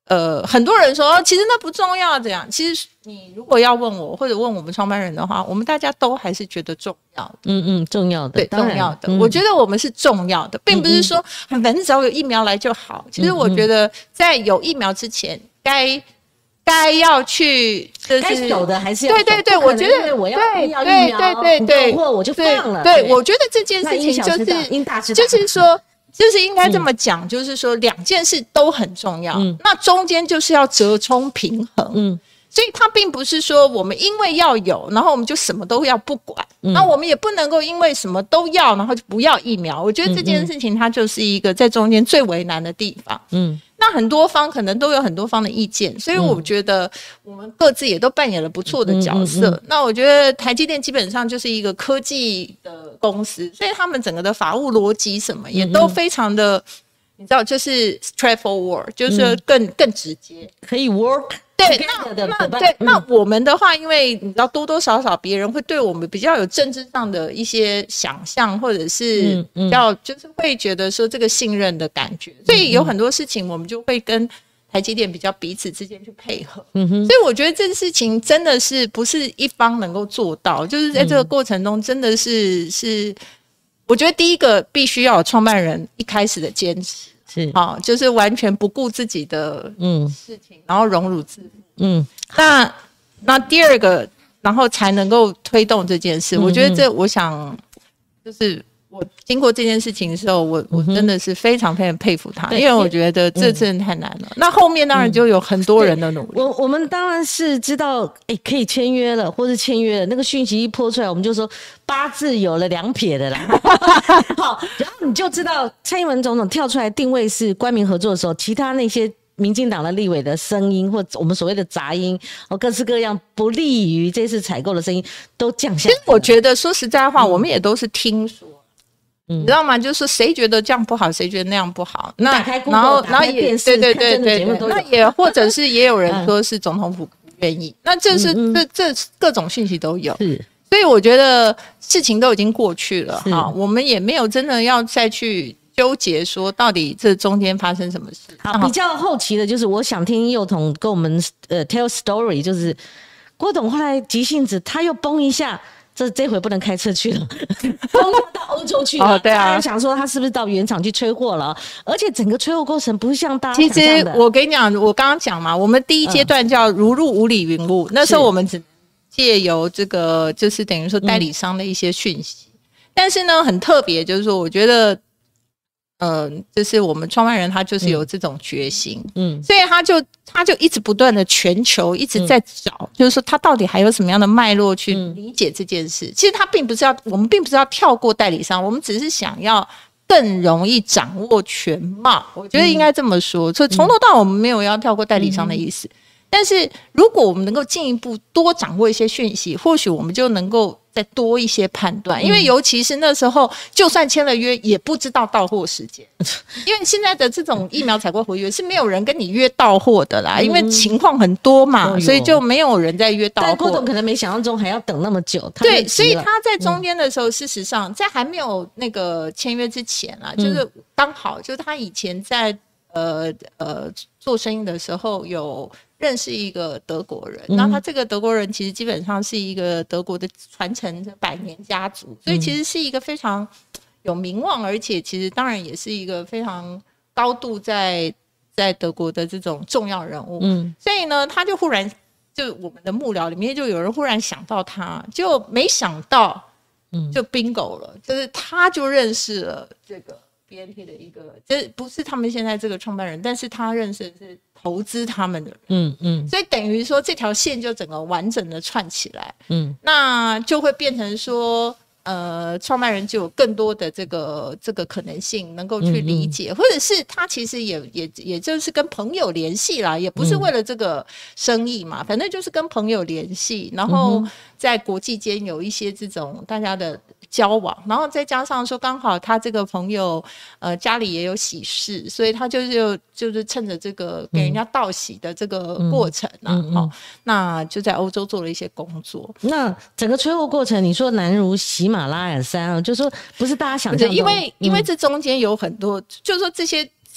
呃，很多人说、哦、其实那不重要，怎样？其实你如果要问我或者问我们创办人的话，我们大家都还是觉得重要的。 嗯嗯，重要的， 对， 当然重要的、 嗯。 我觉得我们是重要的，并不是说反正只要有疫苗来就好。其实我觉得在有疫苗之前，该该要去，就是该守的还是要守。 对对对，我觉得我要对要疫苗， 对对对， 或我就放了。 对，对我觉得这件事情就是因大制大， 就是说。就是应该这么讲、嗯，就是说两件事都很重要，嗯、那中间就是要折冲平衡。嗯，所以它并不是说我们因为要有，然后我们就什么都要不管。嗯、那我们也不能够因为什么都要，然后就不要疫苗。我觉得这件事情它就是一个在中间最为难的地方。嗯。那很多方可能都有很多方的意见，所以我觉得我们各自也都扮演了不错的角色。嗯嗯嗯、那我觉得台积电基本上就是一个科技的公司，所以他们整个的法务逻辑什么也都非常的，嗯、你知道，就是 straightforward， 就是更、嗯、更直接， 可以 work。 对，那那对、嗯，那我们的话，因为你知道，多多少少别人会对我们比较有政治上的一些想象，或者是比较就是会觉得说这个信任的感觉，所以有很多事情我们就会跟台积电比较彼此之间去配合。嗯哼，所以我觉得这个事情真的是不是一方能够做到，就是在这个过程中真的是是，我觉得第一个必须要有创办人一开始的坚持。是好，就是完全不顾自己的事情，嗯、然后荣辱自负。嗯，那那第二个，然后才能够推动这件事。嗯、我觉得这，我想就是我经过这件事情的时候，我我真的是非常非常佩服他，嗯、因为我觉得这真的太难了。嗯、那后面当然就有很多人的努力。 我我们当然是知道，哎，可以签约了，或是签约了，那个讯息一泼出来，我们就说八字有了两撇的啦。好，然后你就知道蔡英文总统跳出来定位是官民合作的时候，其他那些民进党的立委的声音，或我们所谓的杂音，各式各样不利于这次采购的声音都降下来。 其实我觉得说实在话，嗯、我们也都是听说。嗯、你知道吗？就是说谁觉得这样不好，谁觉得那样不好。那打开 Google， 然后然后也对对对对对，那也或者是也有人说是总统府不愿意。那这是嗯嗯这这各种讯息都有。是，所以我觉得事情都已经过去了哈，我们也没有真的要再去纠结说到底这中间发生什么事。 好，比较后期的就是我想听佑彤跟我们呃 tell story， 就是郭董后来急性子他又崩一下。这这回不能开车去了，崩到欧洲去了。哦，对啊，想说他是不是到原厂去催货了？而且整个催货过程不是像大家想象的。 其实我跟你讲，我刚刚讲嘛，我们第一阶段叫如入五里云雾，嗯、那时候我们只借由这个，就是等于说代理商的一些讯息。嗯、但是呢，很特别，就是说，我觉得。嗯、呃，就是我们创办人他就是有这种决心，嗯，所以他就他就一直不断的全球一直在找，嗯、就是说他到底还有什么样的脉络去理解这件事。嗯、其实他并不是要，我们并不是要跳过代理商，我们只是想要更容易掌握全貌。我觉得应该这么说，嗯、所以从头到尾我们没有要跳过代理商的意思。嗯、但是如果我们能够进一步多掌握一些讯息，或许我们就能够。再多一些判断，因为尤其是那时候，就算签了约，也不知道到货时间。因为现在的这种疫苗采购合约是没有人跟你约到货的啦，因为情况很多嘛，所以就没有人在约到货。 但郭董可能没想象中还要等那么久。 对，所以他在中间的时候，事实上在还没有那个签约之前啊，就是刚好就是他以前在呃呃做生意的时候有。认识一个德国人，然后他这个德国人其实基本上是一个德国的传承百年家族，所以其实是一个非常有名望，而且其实当然也是一个非常高度在在德国的这种重要人物。嗯，所以呢，他就忽然就我们的幕僚里面就有人忽然想到他，就没想到，就 bingo 了，就是他就认识了这个 B N T 的一个，就是不是他们现在这个创办人，但是他认识的是。投资他们的人，嗯嗯，所以等于说这条线就整个完整的串起来，嗯，那就会变成说，呃，创办人就有更多的这个这个可能性能够去理解，嗯嗯或者是他其实也也也就是跟朋友联系啦，也不是为了这个生意嘛，嗯、反正就是跟朋友联系，然后在国际间有一些这种大家的。交往，然后再加上说，刚好他这个朋友，呃，家里也有喜事，所以他就是就是趁着这个给人家道喜的这个过程啊，嗯嗯嗯、那就在欧洲做了一些工作。 那整个催货过程，你说难如喜马拉雅山啊，就说不是大家想象的， 因为、嗯、因为这中间有很多，就是说这些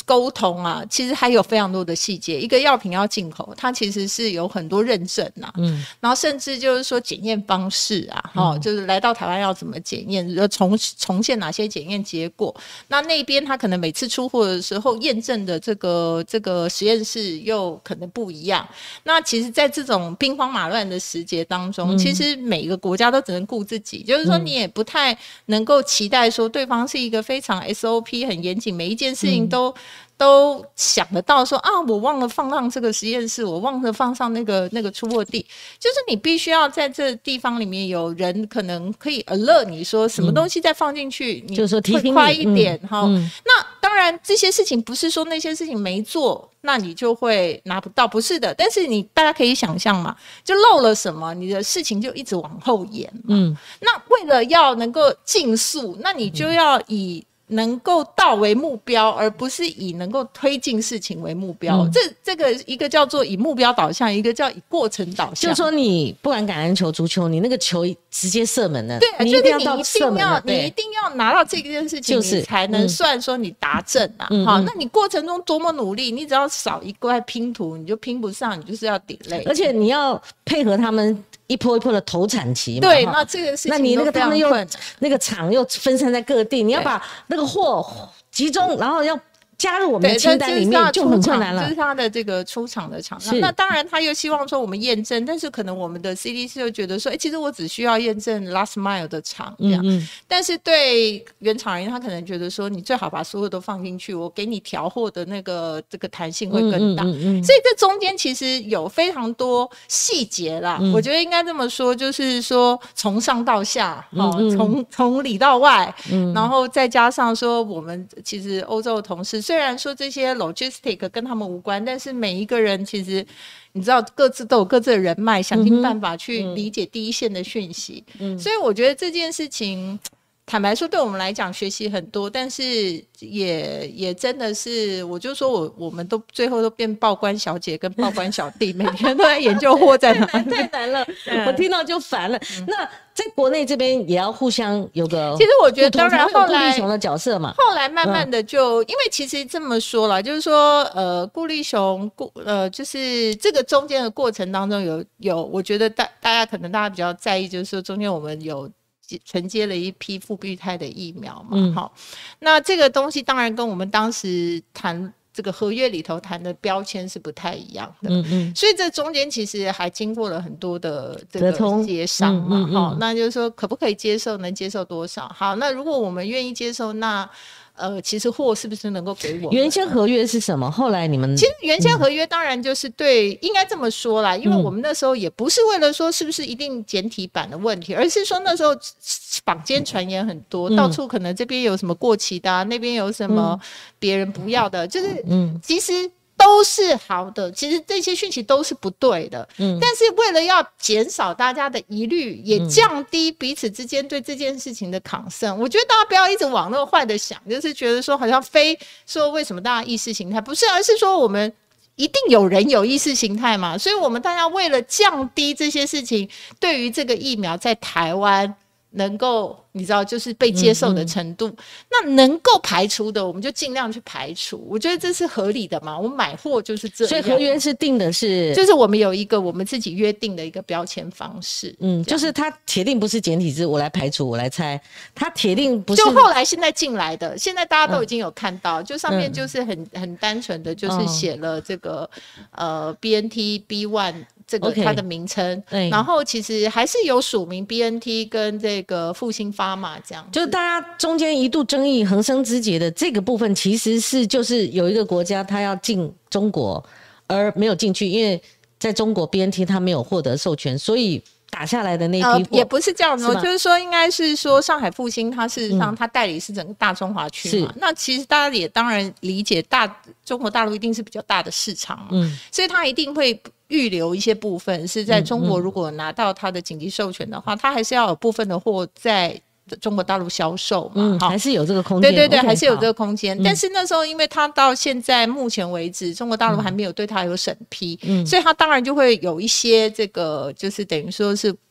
沟通啊，其实还有非常多的细节。一个药品要进口，它其实是有很多认证啊，嗯，然后甚至就是说检验方式啊，哈、嗯，就是来到台湾要怎么检验，重重现哪些检验结果。那那边他可能每次出货的时候验证的这个这个实验室又可能不一样。那其实，在这种兵荒马乱的时节当中，嗯、其实每个国家都只能顾自己，就是说你也不太能够期待说对方是一个非常 S O P 很严谨，每一件事情都、嗯、都想得到说啊，我忘了放上这个实验室，我忘了放上那个那个出货地，就是你必须要在这地方里面有人可能可以 alert 你说什么东西再放进去，嗯、你会快一点哈、嗯嗯。那当然这些事情不是说那些事情没做，那你就会拿不到，不是的。但是你大家可以想象嘛，就漏了什么，你的事情就一直往后延嘛。嗯，那为了要能够竞速，那你就要以能够到为目标，而不是以能够推进事情为目标。嗯、这这个一个叫做以目标导向，一个叫以过程导向。 就是说你不管橄榄球、足球，你那个球直接射门了， 对， 你一定要到射门了， 你一定要拿到这件事情，就是、你才能算说你达阵啊。嗯、好，那你过程中多么努力，你只要少一块拼图，你就拼不上，你就是要 delay。 而且你要配合他们。一波一波的投产期嘛， 对，那这个事情那你那个他们又那个厂又分散在各地，你要把那个货集中，然后要加入我们的清单里面，就很困难了。 这是他的这个出厂的厂商。那当然，他又希望说我们验证，但是可能我们的 C D C 又觉得说，哎、欸，其实我只需要验证 last mile 的厂这样。嗯嗯，但是对原厂人，他可能觉得说，你最好把所有都放进去，我给你调货的那个这个弹性会更大。嗯嗯嗯嗯，所以这中间其实有非常多细节啦。嗯、我觉得应该这么说，就是说从上到下，哦、嗯嗯，从从里到外，嗯，然后再加上说我们其实欧洲的同事。虽然说这些 logistic 跟他们无关，但是每一个人其实你知道各自都有各自的人脉，想尽办法去理解第一线的讯息、嗯、所以我觉得这件事情坦白说对我们来讲学习很多，但是也也真的是我就说我我们都最后都变报关小姐跟报关小弟每天都在研究货在哪里太难了、嗯、我听到就烦了、嗯、那在国内这边也要互相有个， 其实我觉得当然后来顾立雄的角色嘛， 后来慢慢的就、嗯、因为其实这么说啦，就是说呃顾立雄顾呃就是这个中间的过程当中有有我觉得大大家可能大家比较在意，就是说中间我们有承接了一批复必泰的疫苗嘛，嗯、好，那这个东西当然跟我们当时谈这个合约里头谈的标签是不太一样的，嗯嗯，所以这中间其实还经过了很多的这个协商嘛，嗯嗯嗯，好，那就是说可不可以接受，能接受多少？好，那如果我们愿意接受，那呃，其实货是不是能够给我们？ 原先合约是什么？后来你们其实原先合约当然就是对，嗯、应该这么说啦，因为我们那时候也不是为了说是不是一定简体版的问题，而是说那时候坊间传言很多，嗯、到处可能这边有什么过期的、啊，那边有什么别人不要的，嗯、就是其实。都是好的，其实这些讯息都是不对的，嗯，但是为了要减少大家的疑虑，也降低彼此之间对这件事情的concern，我觉得大家不要一直往那个坏的想，就是觉得说好像非说为什么大家意识形态不是，而是说我们一定有人有意识形态嘛，所以我们大家为了降低这些事情对于这个疫苗在台湾能够你知道就是被接受的程度，嗯嗯，那能够排除的我们就尽量去排除，我觉得这是合理的嘛，我们买货就是这样， 所以合约是定的是就是我们有一个我们自己约定的一个标签方式， 嗯，就是它铁定不是简体字我来排除我来猜，它铁定不是就后来现在进来的，现在大家都已经有看到，嗯、就上面就是很、嗯、很单纯的就是写了这个、哦、呃 B N T B 一这个它的名称、okay, 然后其实还是有署名 B N T 跟这个复兴发嘛，这样就大家中间一度争议横生枝节的这个部分，其实是就是有一个国家它要进中国而没有进去，因为在中国 B N T 它没有获得授权，所以打下来的那批货、呃、 也不是这样的，就是说应该是说上海复兴它事实上它代理是整个大中华区嘛、嗯、那其实大家也当然理解大中国大陆一定是比较大的市场嘛、嗯、所以它一定会预留一些部分是在中国，如果拿到它的紧急授权的话，它还是要有部分的货在中国大陆销售嘛、 嗯、还是有这个空间， 对对对、 okay, 还是有这个空间、嗯、但是那时候因为它到现在目前为止中国大陆还没有对它有审批、嗯、所以它当然就会有一些这个就是等于说是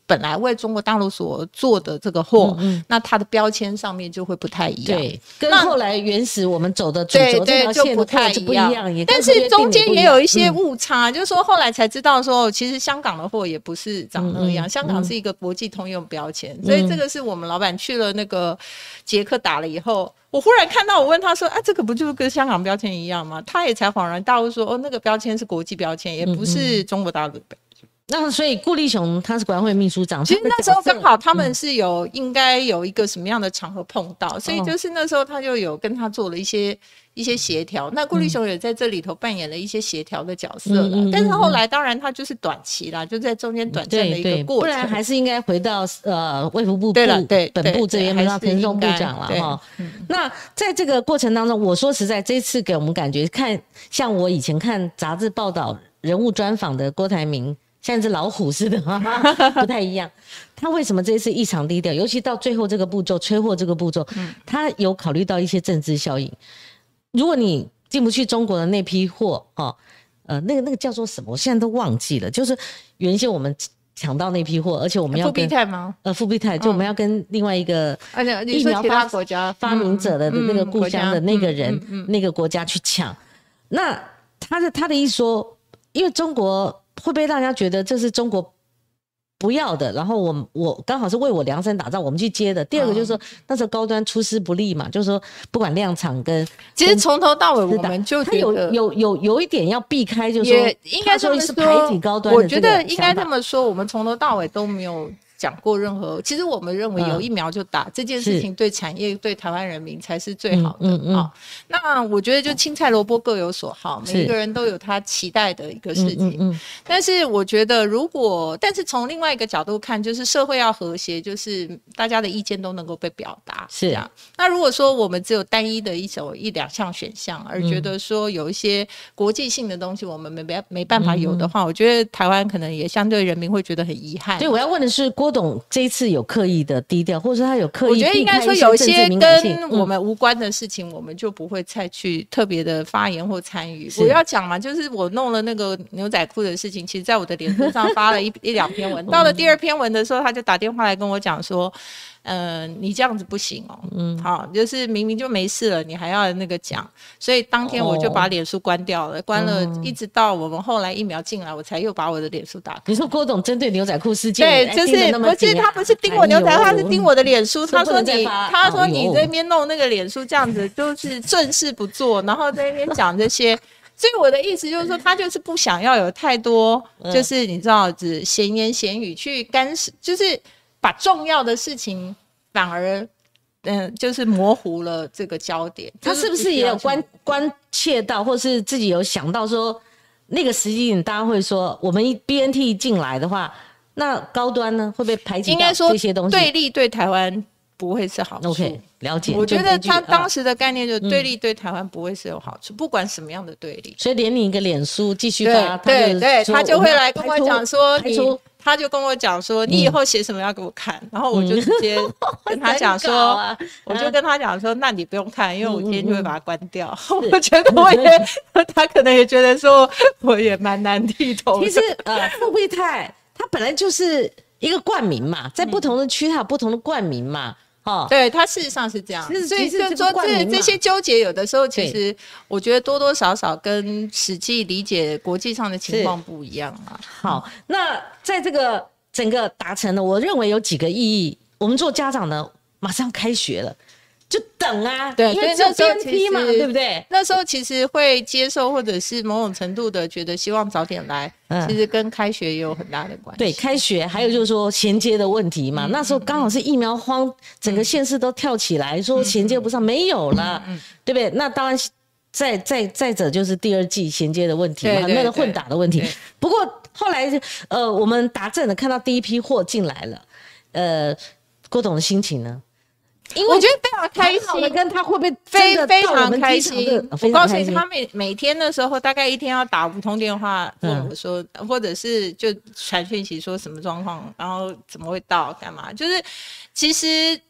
本来为中国大陆所做的这个货，嗯嗯，那它的标签上面就会不太一样。 对，跟后来原始我们走的主轴这条线不太一样，也但是中间也有一些误差，嗯，就是说后来才知道说，其实香港的货也不是长那样，嗯嗯，香港是一个国际通用标签，嗯，所以这个是我们老板去了那个捷克打了以后，我忽然看到，我问他说：“啊，这个不就跟香港标签一样吗？”他也才恍然大悟说：“哦，那个标签是国际标签，也不是中国大陆的标签。” 那所以顾立雄他是国安会秘书长， 其实那时候刚好他们是有、嗯、应该有一个什么样的场合碰到，所以就是那时候他就有跟他做了一些一些协调。那顾立雄也在这里头扮演了一些协调的角色了、嗯嗯嗯嗯，但是后来当然他就是短期啦，就在中间短暂的一个过程， 不然还是应该回到呃卫福部对了对本部这边，回到陈松部长了哈、嗯。那在这个过程当中，我说实在，这次给我们感觉看像我以前看杂志报道人物专访的郭台铭。像是老虎似的不太一样，他为什么这一次异常低调？尤其到最后这个步骤，催货这个步骤、嗯，他有考虑到一些政治效应。如果你进不去中国的那批货，哦，呃，那个那个叫做什么？我现在都忘记了。就是原先我们抢到那批货，而且我们要跟复必泰吗？ 呃，复必泰，就我们要跟另外一个疫苗发国家发明者的那个故乡的那个人、嗯嗯嗯、那个国家去抢。那他的他的意思说，因为中国。会不会让人家觉得这是中国不要的？然后我我刚好是为我量身打造，我们去接的。第二个就是说，哦、那时候高端出师不利嘛，就是说不管量产跟， 其实从头到尾我们就觉得有有有有一点要避开，就是说应该这么说， 排挤高端的。 我觉得应该这么说，我们从头到尾都没有。讲过任何，其实我们认为有疫苗就打、嗯、这件事情对产业对台湾人民才是最好的、嗯嗯嗯、那我觉得就青菜萝卜各有所好，每一个人都有他期待的一个事情、嗯嗯嗯、但是我觉得如果但是从另外一个角度看，就是社会要和谐，就是大家的意见都能够被表达，是这样。那如果说我们只有单一的一种一两项选项，而觉得说有一些国际性的东西我们没没办法有的话、嗯、我觉得台湾可能也相对人民会觉得很遗憾。 所以我要问的是，郭董这一次有刻意的低调，或者说他有刻意避开一些我觉得应该说有些跟我们无关的事情、嗯、我们就不会再去特别的发言或参与。我要讲嘛，就是我弄了那个牛仔裤的事情，其实在我的脸书上发了一一两篇文，到了第二篇文的时候他就打电话来跟我讲说呃，你这样子不行哦，嗯，好，就是明明就没事了，你还要那个讲，所以当天我就把脸书关掉了，哦、关了，一直到我们后来疫苗进来，我才又把我的脸书打开。 你说郭董针对牛仔裤事件， 对，就是不是他不是盯我牛仔裤，他是盯我的脸书。他说你，他说你这边弄那个脸书这样子，就是正事不做，然后在那边讲这些。所以我的意思就是说，他就是不想要有太多，就是你知道，只闲言闲语去干涉，就是把重要的事情反而，嗯、呃，就是模糊了这个焦点。 他是不是也有关关切到，或是自己有想到说，那个时机点大家会说，我们 B N T 进来的话，那高端呢会被排挤到这些东西？ 对立对台湾不会是好处。 OK， 了解。 我觉得他当时的概念就是对立对台湾不会是有好处，嗯、不管什么样的对立。 所以连你一个脸书继续发， 对对对，他就会来跟我讲说你。他就跟我讲说，你以后写什么要给我看，嗯、然后我就直接跟他讲说，啊、我就跟他讲说，那你不用看，因为我今天就会把它关掉。嗯嗯、我觉得我也，他可能也觉得说，我也蛮难剃头的。 其实呃，复必泰它本来就是一个冠名嘛，在不同的区它有不同的冠名嘛。哦， 对，它事实上是这样，所以就是说这这些纠结，有的时候其实我觉得多多少少跟实际理解国际上的情况不一样啊。 好，那在这个整个达成了，我认为有几个意义。我们做家长的马上开学了，就等啊， 对， 因为只有 B N T 嘛，对不对？ 那时候其实会接受，或者是某种程度的觉得希望早点来，嗯、其实跟开学也有很大的关系。 对，开学还有就是说衔接的问题嘛。嗯、那时候刚好是疫苗荒，嗯、整个县市都跳起来，嗯、说衔接不上，嗯、没有了，嗯、对不对？那当然再再再者就是第二季衔接的问题嘛，那个混打的问题。不过后来呃，我们达阵的看到第一批货进来了，呃，郭董的心情呢？ 因为我觉得非常开心， 跟他会不会非非常开心？我告诉你，他每每天的时候，大概一天要打五通电话问我说，嗯、或者是就传讯息说什么状况，然后怎么会到干嘛？就是其实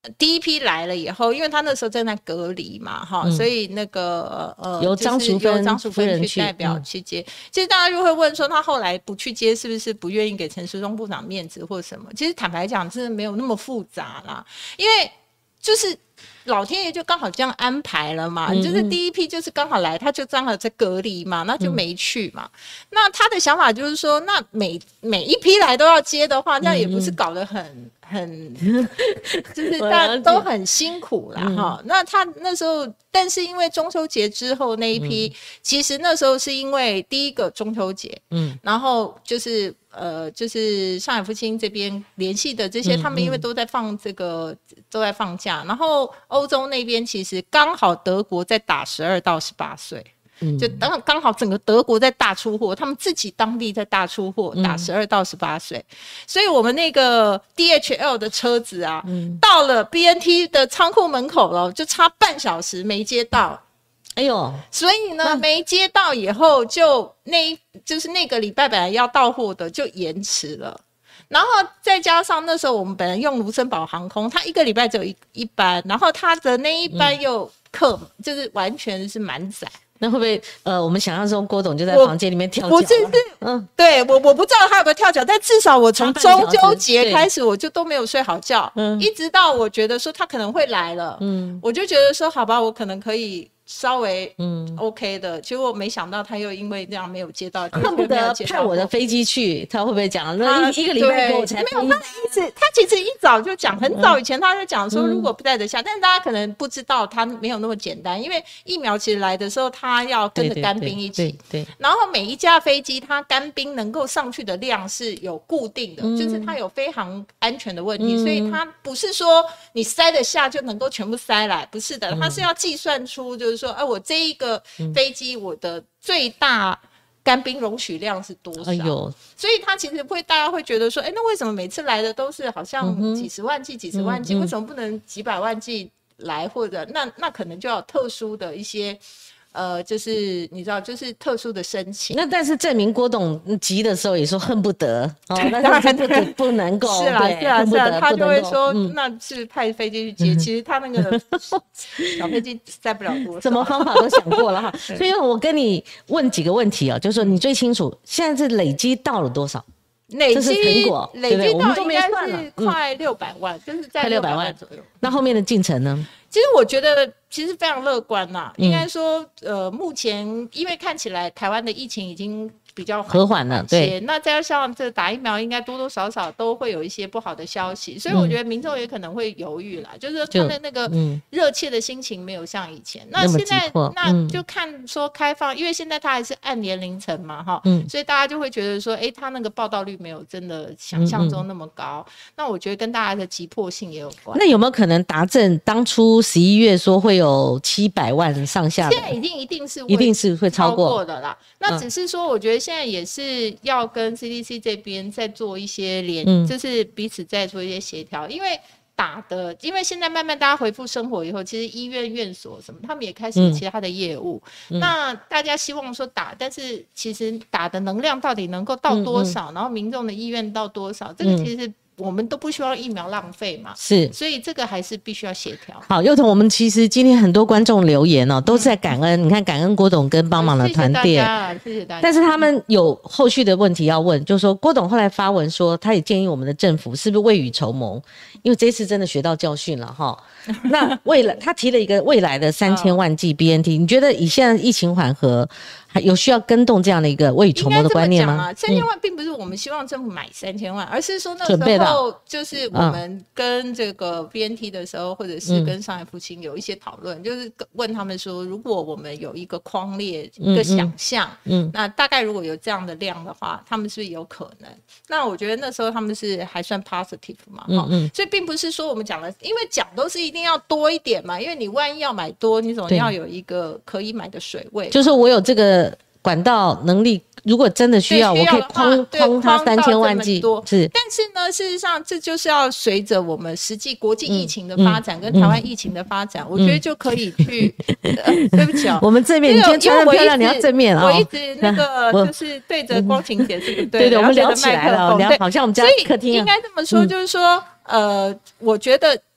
第一批来了以后，因为他那时候正在隔离嘛，哈、嗯，所以那个呃， 由张淑芬、 由张淑芬去代表去接。嗯、其实大家就会问说，他后来不去接，是不是不愿意给陈时中部长面子或什么？其实坦白讲，真的没有那么复杂啦，因为就是老天爷就刚好这样安排了嘛，嗯嗯，就是第一批就是刚好来，他就刚好在隔离嘛，那就没去嘛。嗯、那他的想法就是说，那每每一批来都要接的话，那也不是搞得很。嗯很就是大家都很辛苦啦哈、嗯。那他那时候，但是因为中秋节之后那一批，嗯、其实那时候是因为第一个中秋节，嗯，然后就是呃，就是上海复兴这边联系的这些，嗯、他们因为都在放这个都在放假，然后欧洲那边其实刚好德国在打十二到十八岁。就刚刚好整个德国在大出货，他们自己当地在大出货，打十二到十八岁，所以我们那个 D H L 的车子啊，嗯、到了 B N T 的仓库门口了，就差半小时没接到。 哎呦， 所以呢，没接到以后就那就是那个礼拜本来要到货的就延迟了。然后再加上那时候我们本来用卢森堡航空，它一个礼拜只有 一, 一班，然后它的那一班又客、嗯、就是完全是满载。 那会不会呃，我们想象中郭董就在房间里面跳脚？ 不是，是，嗯，对我我不知道他有没有跳脚，但至少我从中秋节开始我就都没有睡好觉，嗯，一直到我觉得说他可能会来了，嗯，我就觉得说好吧，我可能可以稍微嗯 OK 的，结果没想到他又因为这样没有接到， 恨不得派我的飞机去，他会不会讲那 一, 一个礼拜给我才没有？他的意思，他其实一早就讲，很早以前他就讲说，如果不带得下，嗯、但是大家可能不知道，他没有那么简单，因为疫苗其实来的时候，他要跟着干兵一起， 对 对, 对, 对， 然后每一架飞机，它干兵能够上去的量是有固定的，嗯、就是它有非常安全的问题，嗯、所以它不是说你塞得下就能够全部塞来，不是的，它是要计算出，就是说，哎、啊，我这一个飞机我的最大干冰容许量是多少？哎呦，所以他其实会大家会觉得说，哎，那为什么每次来的都是好像几十万剂、几十万剂，嗯、为什么不能几百万剂来？或者那那可能就要有特殊的一些。呃，就是你知道，就是特殊的申请。 那但是证明郭董急的时候也说恨不得，哦，但是不不能够， 是啦是啦是啦，他就会说，嗯、那是派飞机去接。嗯、其实他那个小飞机载不了多少， 什么方法都想过了哈。所以我跟你问几个问题啊，就是说你最清楚现在是累积到了多少？ 累积成果， 累积到应该是快六百万，嗯、就是在六百万左右。 那后面的进程呢？ 其实我觉得其实非常乐观啦，嗯、应该说，呃，目前因为看起来台湾的疫情已经比较和缓了，对。 那再加上这打疫苗，应该多多少少都会有一些不好的消息，所以我觉得民众也可能会犹豫啦，嗯、就是说他的那个热切的心情没有像以前。嗯、那现在那就看说开放，因为现在他还是按年龄层嘛，哈，嗯，所以大家就会觉得说，哎，他那个报道率没有真的想象中那么高。嗯嗯那我觉得跟大家的急迫性也有关。 那有没有可能达阵当初十一月说会有七百万上下的？ 现在一定一定是一定是会超过超过的啦。那只是说，我觉得现在也是要跟 C D C 这边再做一些联，嗯、就是彼此再做一些协调，因为打的，因为现在慢慢大家恢复生活以后，其实医院院所什么，他们也开始有其他的业务。嗯、那大家希望说打，但是其实打的能量到底能够到多少，嗯嗯然后民众的意愿到多少，这个其实。我们都不希望疫苗浪费嘛， 是， 所以这个还是必须要协调。 好，幼彤，我们其实今天很多观众留言哦，都是在感恩。嗯、你看，感恩郭董跟帮忙的团队， 谢谢大家，谢谢大家。 但是他们有后续的问题要问，就是说郭董后来发文说，他也建议我们的政府是不是未雨绸缪，因为这次真的学到教训了哈。那未来他提了一个未来的三千万剂 B N T， 你觉得以现在疫情缓和？有需要跟动这样的一个未雨绸缪的观念吗？ 三千万并不是我们希望政府买三千万，嗯、而是说那时候就是我们跟这个 B N T 的时候，嗯、或者是跟上海复兴有一些讨论，嗯、就是问他们说，如果我们有一个框列、一个想象，嗯，那大概如果有这样的量的话，他们是不是有可能？那我觉得那时候他们是还算 positive 嘛，嗯嗯，所以并不是说我们讲的，因为讲都是一定要多一点嘛，因为你万一要买多，你总要有一个可以买的水位， 就是我有这个。管道能力，如果真的需要，我可以框框它三千万剂。是， 但是呢，事实上这就是要随着我们实际国际疫情的发展、嗯、跟台湾疫情的发展，嗯、我觉得就可以去。嗯呃、对不起哦， 我们正面，你今天穿得漂亮，你要正面啊！ 我一直那个就是对着光晴姐，是不是？ 对对，我们聊起来了，聊好像我们家客厅。 应该这么说，就是说，呃，我觉得。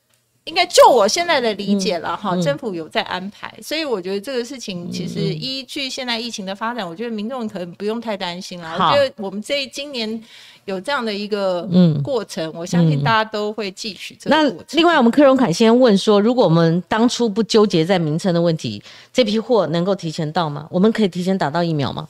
应该就我现在的理解了哈、 嗯， 政府有在安排，所以我觉得这个事情其实依据现在疫情的发展，我觉得民众可能不用太担心了。我觉得我们这今年有这样的一个过程，嗯、我相信大家都会汲取这个过程。 那另外，我们柯荣凯先问说，如果我们当初不纠结在名称的问题，这批货能够提前到吗？我们可以提前打到疫苗吗？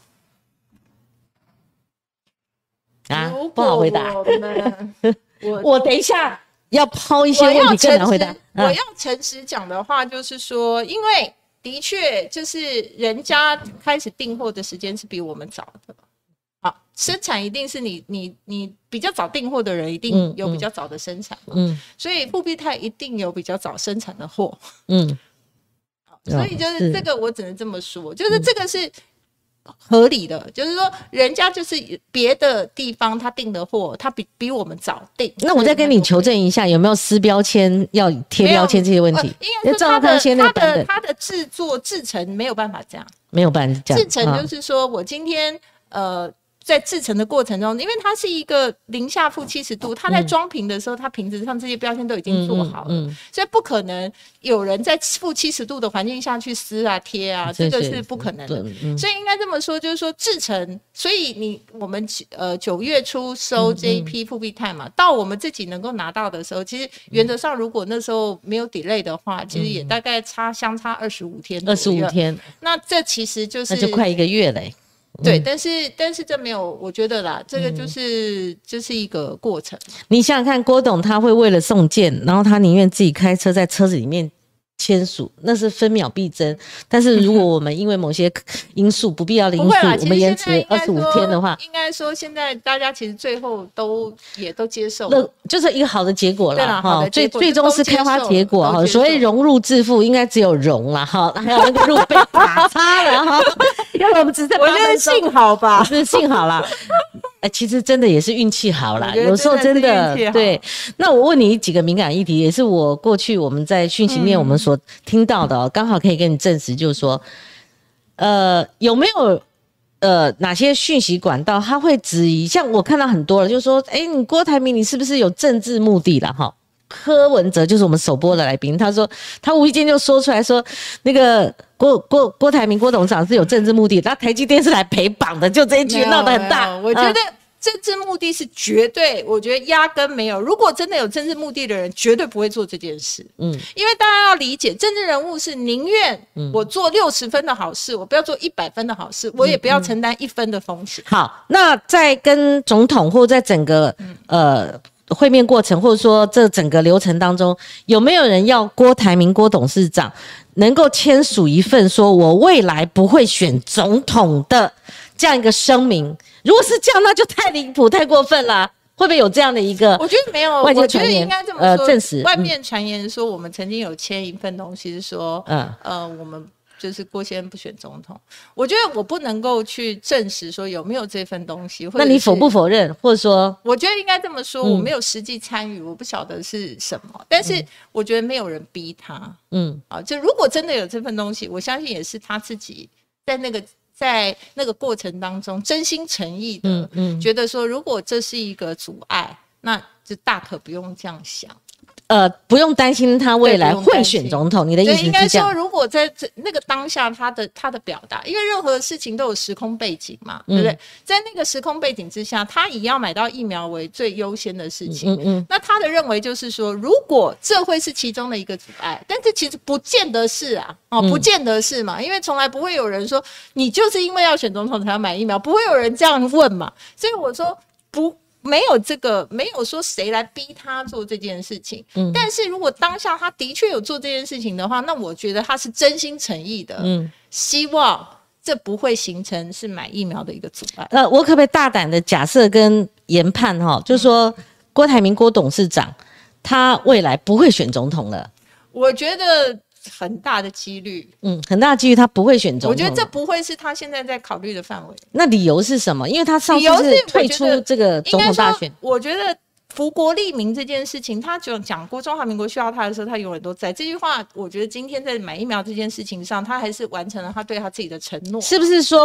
啊，不好回答。我我等一下要抛一些问题更难回答。 我要诚实讲的话，就是说，因为的确就是人家开始订货的时间是比我们早的。好，生产一定是你你你比较早订货的人，一定有比较早的生产嘛，嗯，所以复必泰一定有比较早生产的货，嗯，所以就是这个我只能这么说，就是这个是合理的，就是说人家就是别的地方他订的货，他比比我们早订。 那我再跟你求证一下，有没有撕标签、要贴标签这些问题？ 应该说他的他的他的制作制程没有办法这样， 没有办法这样。 制程就是说我今天呃。在制成的过程中，因为它是一个零下负七十度，它在装瓶的时候，它瓶子上这些标签都已经做好了，嗯嗯嗯、所以不可能有人在负七十度的环境下去撕啊贴啊，这个是不可能的。嗯、所以应该这么说，就是说制成，所以你我们呃九月初收这一批复必泰嘛，嗯嗯、到我们自己能够拿到的时候，其实原则上如果那时候没有 delay 的话，其实也大概差相差二十五天， 二十五天， 那这其实就是那就快一个月嘞。 对，但是但是这没有，我觉得啦，这个就是、嗯、就是一个过程。 你想想看，郭董他会为了送件，然后他宁愿自己开车在车子里面签署，那是分秒必争。但是如果我们因为某些因素、不必要的因素，我们延迟二十五天的话， 应该说现在大家其实最后都也都接受了， 就是一个好的结果了哈。 最最终是开花结果哈。所谓融入致富，应该只有融了哈，还有那个入被打叉了哈。要不然我们只是我觉得幸好吧， 是幸好啦。哎，其实真的也是运气好啦，有时候真的对。那我问你几个敏感议题，也是我过去我们在讯息面我们所听到的、哦，刚、嗯、好可以跟你证实，就是说，呃，有没有呃哪些讯息管道他会质疑？像我看到很多了，就是说，哎，你郭台铭你是不是有政治目的了？哈。柯文哲就是我们首播的来宾，他说他无意间就说出来说，那个郭郭郭台铭郭董事长是有政治目的，那台积电是来陪绑的，就这一句闹得很大。 我觉得政治目的是绝对，我觉得压根没有。如果真的有政治目的的人，绝对不会做这件事。嗯，因为大家要理解，政治人物是宁愿我做六十分的好事，我不要做一百分的好事，我也不要承担一分的风险。 好，那在跟总统或在整个、嗯、呃。会面过程，或者说这整个流程当中，有没有人要郭台铭郭董事长能够签署一份说我未来不会选总统的这样一个声明？如果是这样，那就太离谱、太过分了。会不会有这样的一个？ 我觉得没有，我觉得应该这么说。 呃，证实外面传言说我们曾经有签一份东西，是说，嗯，呃，我们。就是郭先生不选总统，我觉得我不能够去证实说有没有这份东西。 那你否不否认，或者说？ 我觉得应该这么说，嗯、我没有实际参与，我不晓得是什么，但是我觉得没有人逼他。嗯，啊，就如果真的有这份东西，我相信也是他自己在那个在那个过程当中真心诚意的，嗯嗯、觉得说如果这是一个阻碍，那就大可不用这样想。 呃，不用担心他未来会选总统，你的意思是这样？ 应该说，如果在那个当下，他的他的表达，因为任何事情都有时空背景嘛，嗯、对不对？在那个时空背景之下，他以要买到疫苗为最优先的事情。嗯嗯。那他的认为就是说，如果这会是其中的一个阻碍，但是其实不见得是啊，哦，不见得是嘛，因为从来不会有人说你就是因为要选总统才要买疫苗，不会有人这样问嘛。所以我说不。没有这个，没有说谁来逼他做这件事情。嗯，但是如果当下他的确有做这件事情的话，那我觉得他是真心诚意的，嗯，希望这不会形成是买疫苗的一个阻碍。 呃，我可不可以大胆的假设跟研判哈，就是说郭台铭郭董事长他未来不会选总统了？ 我觉得。很大的几率， 嗯，很大的几率他不会选总统。 我觉得这不会是他现在在考虑的范围。 那理由是什么？因为他上次是退出这个总统大选。 我觉得福国利民这件事情，他就讲过中华民国需要他的时候，他永远都在。这句话，我觉得今天在买疫苗这件事情上，他还是完成了他对他自己的承诺。 是不是说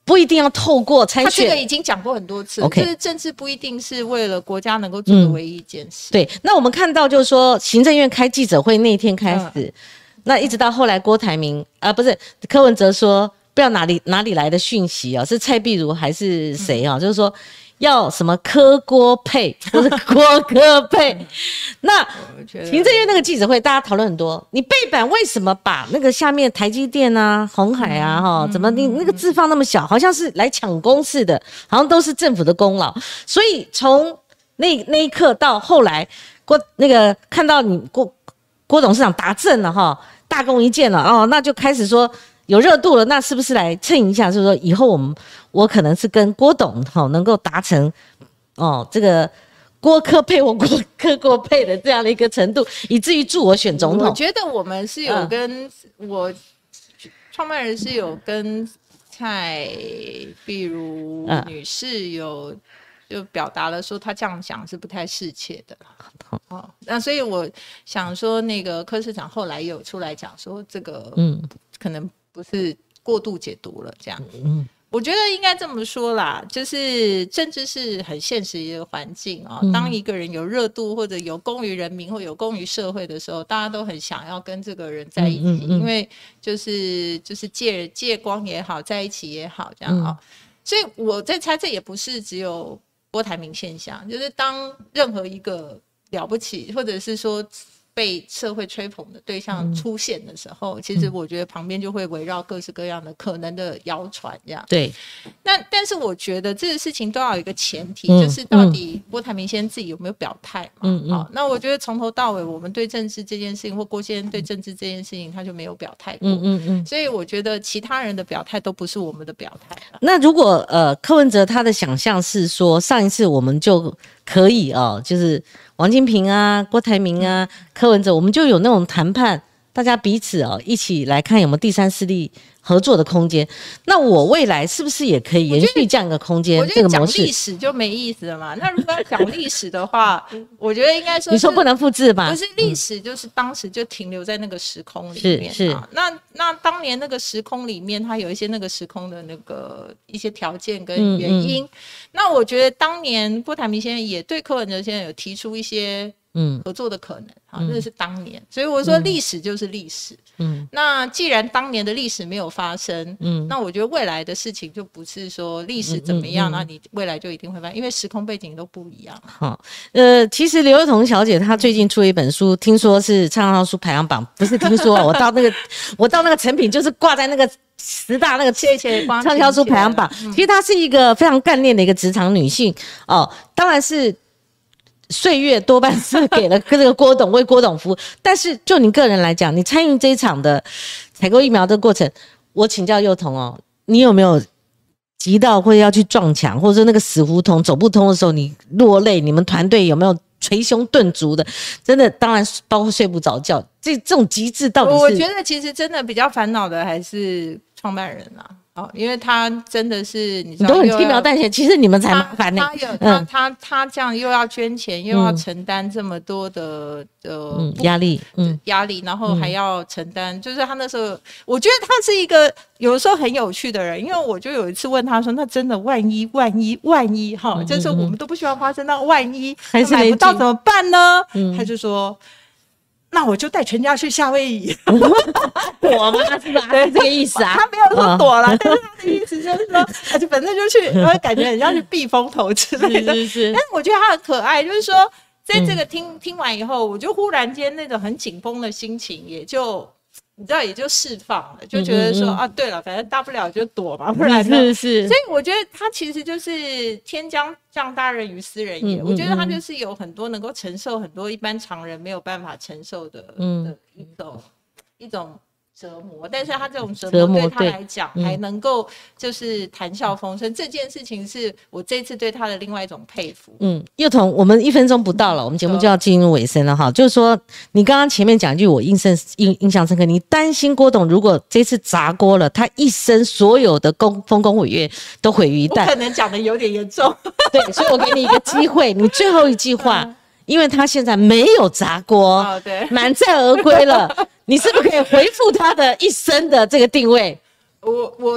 不一定要透过参选， 他这个已经讲过很多次。 OK， 就是政治不一定是为了国家能够做的唯一一件事。 嗯、对，那我们看到就是说，行政院开记者会那天开始，嗯、那一直到后来郭台铭啊、呃，不是柯文哲说，不知道哪里哪里来的讯息啊、哦，是蔡壁如还是谁啊、哦嗯？就是说。要什么柯郭配，或是郭柯配？那行政院那个记者会，大家讨论很多。你背板为什么把那个下面台积电啊、鸿海啊，哈、嗯，怎么你那个字放那么小，好像是来抢功似的，好像都是政府的功劳。所以从那那一刻到后来，郭那个看到你郭郭董事长答正了哈，大功一件了哦，那就开始说。有热度了，那是不是来蹭一下？就是说，以后我们我可能是跟郭董哈、哦、能够达成哦这个郭柯配或郭柯郭配的这样的一个程度，以至于助我选总统。 我觉得我们是有跟、嗯、我创办人是有跟蔡壁如女士有、嗯、就表达了说，她这样想是不太适切的。哦，那所以我想说，那个柯市长后来有出来讲说，这个嗯可能。不是过度解读了，这样。嗯，我觉得应该这么说啦，就是政治是很现实的一个环境啊、哦嗯。当一个人有热度或者有功于人民或有功于社会的时候，大家都很想要跟这个人在一起，嗯嗯嗯、因为就是就是借借光也好，在一起也好，这样啊、哦嗯。所以我在猜，这也不是只有郭台铭现象，就是当任何一个了不起，或者是说。被社会吹捧的对象出现的时候、嗯、其实我觉得旁边就会围绕各式各样的可能的谣传这样。 对， 那但是我觉得这个事情都要有一个前提、嗯、就是到底郭台铭先生自己有没有表态嘛、嗯嗯、那我觉得从头到尾我们对政治这件事情或郭先生对政治这件事情他就没有表态过、嗯嗯嗯、所以我觉得其他人的表态都不是我们的表态。 那如果呃柯文哲他的想象是说上一次我们就可以哦，就是王金平啊、郭台铭啊、柯文哲，我们就有那种谈判，大家彼此哦一起来看有没有第三势力合作的空间。那我未来是不是也可以延续这样一个空间？这个模式讲历史就没意思了嘛。那如果要讲历史的话，我觉得应该说你说不能复制吧？ 不是历史，就是当时就停留在那个时空里面。 是是。 那那当年那个时空里面，它有一些那个时空的那个一些条件跟原因。嗯嗯那我觉得当年郭台铭先生也对柯文哲先生有提出一些嗯合作的可能，好、嗯，这是当年，所以我说历史就是历史，嗯，那既然当年的历史没有发生，嗯，那我觉得未来的事情就不是说历史怎么样，那、嗯嗯嗯、你未来就一定会发生，因为时空背景都不一样。 好，呃，其实刘幼彤小姐她最近出了一本书，听说是畅销书排行榜，不是听说，我到那个我到那个成品就是挂在那个。十大那个畅销书排行榜、嗯，其实她是一个非常干练的一个职场女性哦，当然是岁月多半是给了这个郭董为郭董服务，但是就你个人来讲，你参与这一场的采购疫苗的过程，我请教幼彤哦，你有没有急到或者要去撞墙，或者说那个死胡同走不通的时候，你落泪？你们团队有没有捶胸顿足的？真的，当然包括睡不着觉，这这种极致到底是？ 我觉得其实真的比较烦恼的还是创办人啊。哦，因为他真的是你知道， 你都很轻描淡写，其实你们才麻烦呢、 欸。他有他、嗯、他他这样又要捐钱，又要承担这么多的的、 嗯、压力，嗯， 压力，然后还要承担、嗯，就是他那时候，我觉得他是一个有的时候很有趣的人，因为我就有一次问他说，那真的万一万一万一哈、嗯，就是我们都不希望发生，那万一还是买不到怎么办呢？嗯、他就说。那我就带全家去夏威夷躲吗？是吧？是这个意思啊。 他没有说躲了、哦，但是他的意思就是说，他就反正就去，我感觉很像去避风头之类的。是是是。但是我觉得他很可爱，就是说，在这个听、嗯、听完以后，我就忽然间那种很紧绷的心情也就。你知道也就释放了，就觉得说、嗯嗯、啊，对了，反正大不了就躲嘛，不然呢？是是。所以我觉得他其实就是天将降大任于斯人也、嗯嗯嗯，我觉得他就是有很多能够承受很多一般常人没有办法承受的、嗯、的一种一种折磨，但是他这种折磨对他来讲还能够就是谈笑风生、嗯，这件事情是我这次对他的另外一种佩服。 嗯，幼彤，我们一分钟不到了，我们节目就要进入尾声了哈。就是说，你刚刚前面讲一句我印象印印象深刻，你担心郭董如果这次砸锅了，他一生所有的功丰功伟业都毁于一旦。 我可能讲的有点严重， 对，所以我给你一个机会，你最后一句话。嗯，因为他现在没有砸锅，哦，对，满载而归了，你是不是可以回复他的一生的这个定位？ 我我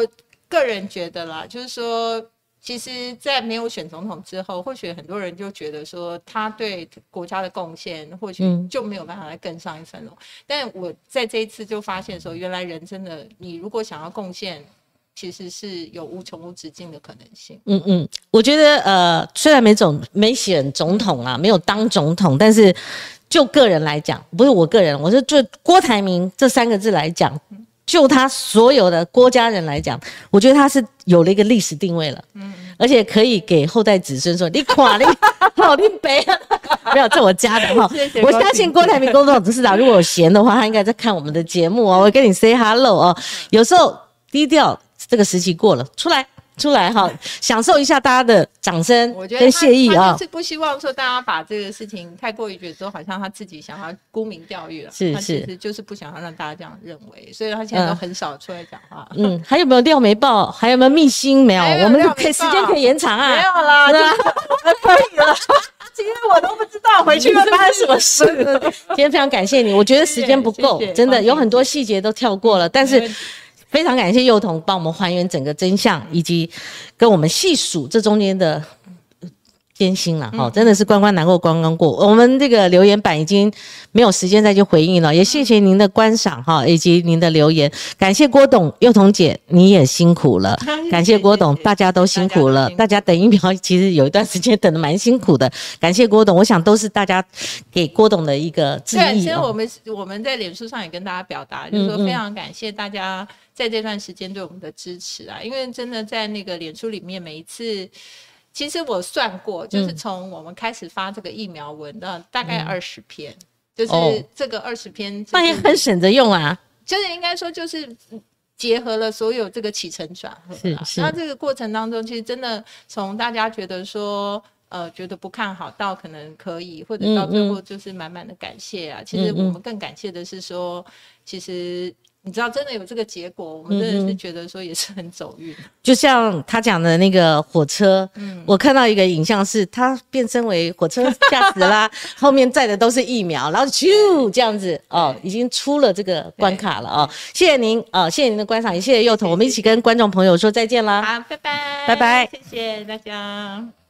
个人觉得啦，就是说。其实，在没有选总统之后，或许很多人就觉得说，他对国家的贡献，或许就没有办法再更上一层楼。嗯、但我在这一次就发现说，原来人真的，你如果想要贡献，其实是有无穷无止境的可能性。 嗯嗯，我觉得呃，虽然没总没选总统啊，没有当总统，但是就个人来讲，不是我个人，我是就郭台铭这三个字来讲。就他所有的郭家人来讲，我觉得他是有了一个历史定位了，嗯，而且可以给后代子孙说，你垮你好你北，没有这我家的哈。我相信郭台铭公众董事长如果有闲的话，他应该在看我们的节目哦。我跟你 say hello 哦，有时候低调，这个时期过了，出来。出来哈，享受一下大家的掌声跟谢意啊！ 他就是不希望说大家把这个事情太过于觉得说，好像他自己想要沽名钓誉了。 是是， 他其实就是不想要让大家这样认为，所以他现在都很少出来讲话。 嗯，还有没有廖媒报？还有没有密星？没有，我们可以时间可以延长啊。 没有啦，就是我们可以了。今天我都不知道回去会发生什么事。 今天非常感谢你，我觉得时间不够，真的有很多细节都跳过了，但是。非常感谢幼童帮我们还原整个真相，以及跟我们细数这中间的艰辛了哈、嗯，真的是关关难过关关过。我们这个留言板已经没有时间再去回应了，也谢谢您的观赏哈，以及您的留言。感谢郭董、幼童姐，你也辛苦了。感谢郭董，大家都辛苦了。大家等疫苗，其实有一段时间等得蛮辛苦的。感谢郭董，我想都是大家给郭董的一个致意。 对，其实我们我们在脸书上也跟大家表达，就是说非常感谢大家在这段时间对我们的支持啊，因为真的在那个脸书里面，每一次。其实我算过，就是从我们开始发这个疫苗文的、嗯、大概二十篇、嗯，就是这个二十篇、就是， 那也很省着用啊。 就是应该说，就是结合了所有这个起承转合。是是。那这个过程当中，其实真的从大家觉得说，呃，觉得不看好到可能可以，或者到最后就是满满的感谢啊。嗯嗯其实我们更感谢的是说，其实。你知道真的有这个结果，我们真的是觉得说也是很走运。 就像他讲的那个火车，嗯，我看到一个影像是他变身为火车驾驶啦，后面载的都是疫苗，然后咻这样子哦，已经出了这个关卡了哦。谢谢您哦，谢谢您的观赏，也谢谢幼童，我们一起跟观众朋友说再见啦。 好，拜拜， 拜拜， 谢谢大家。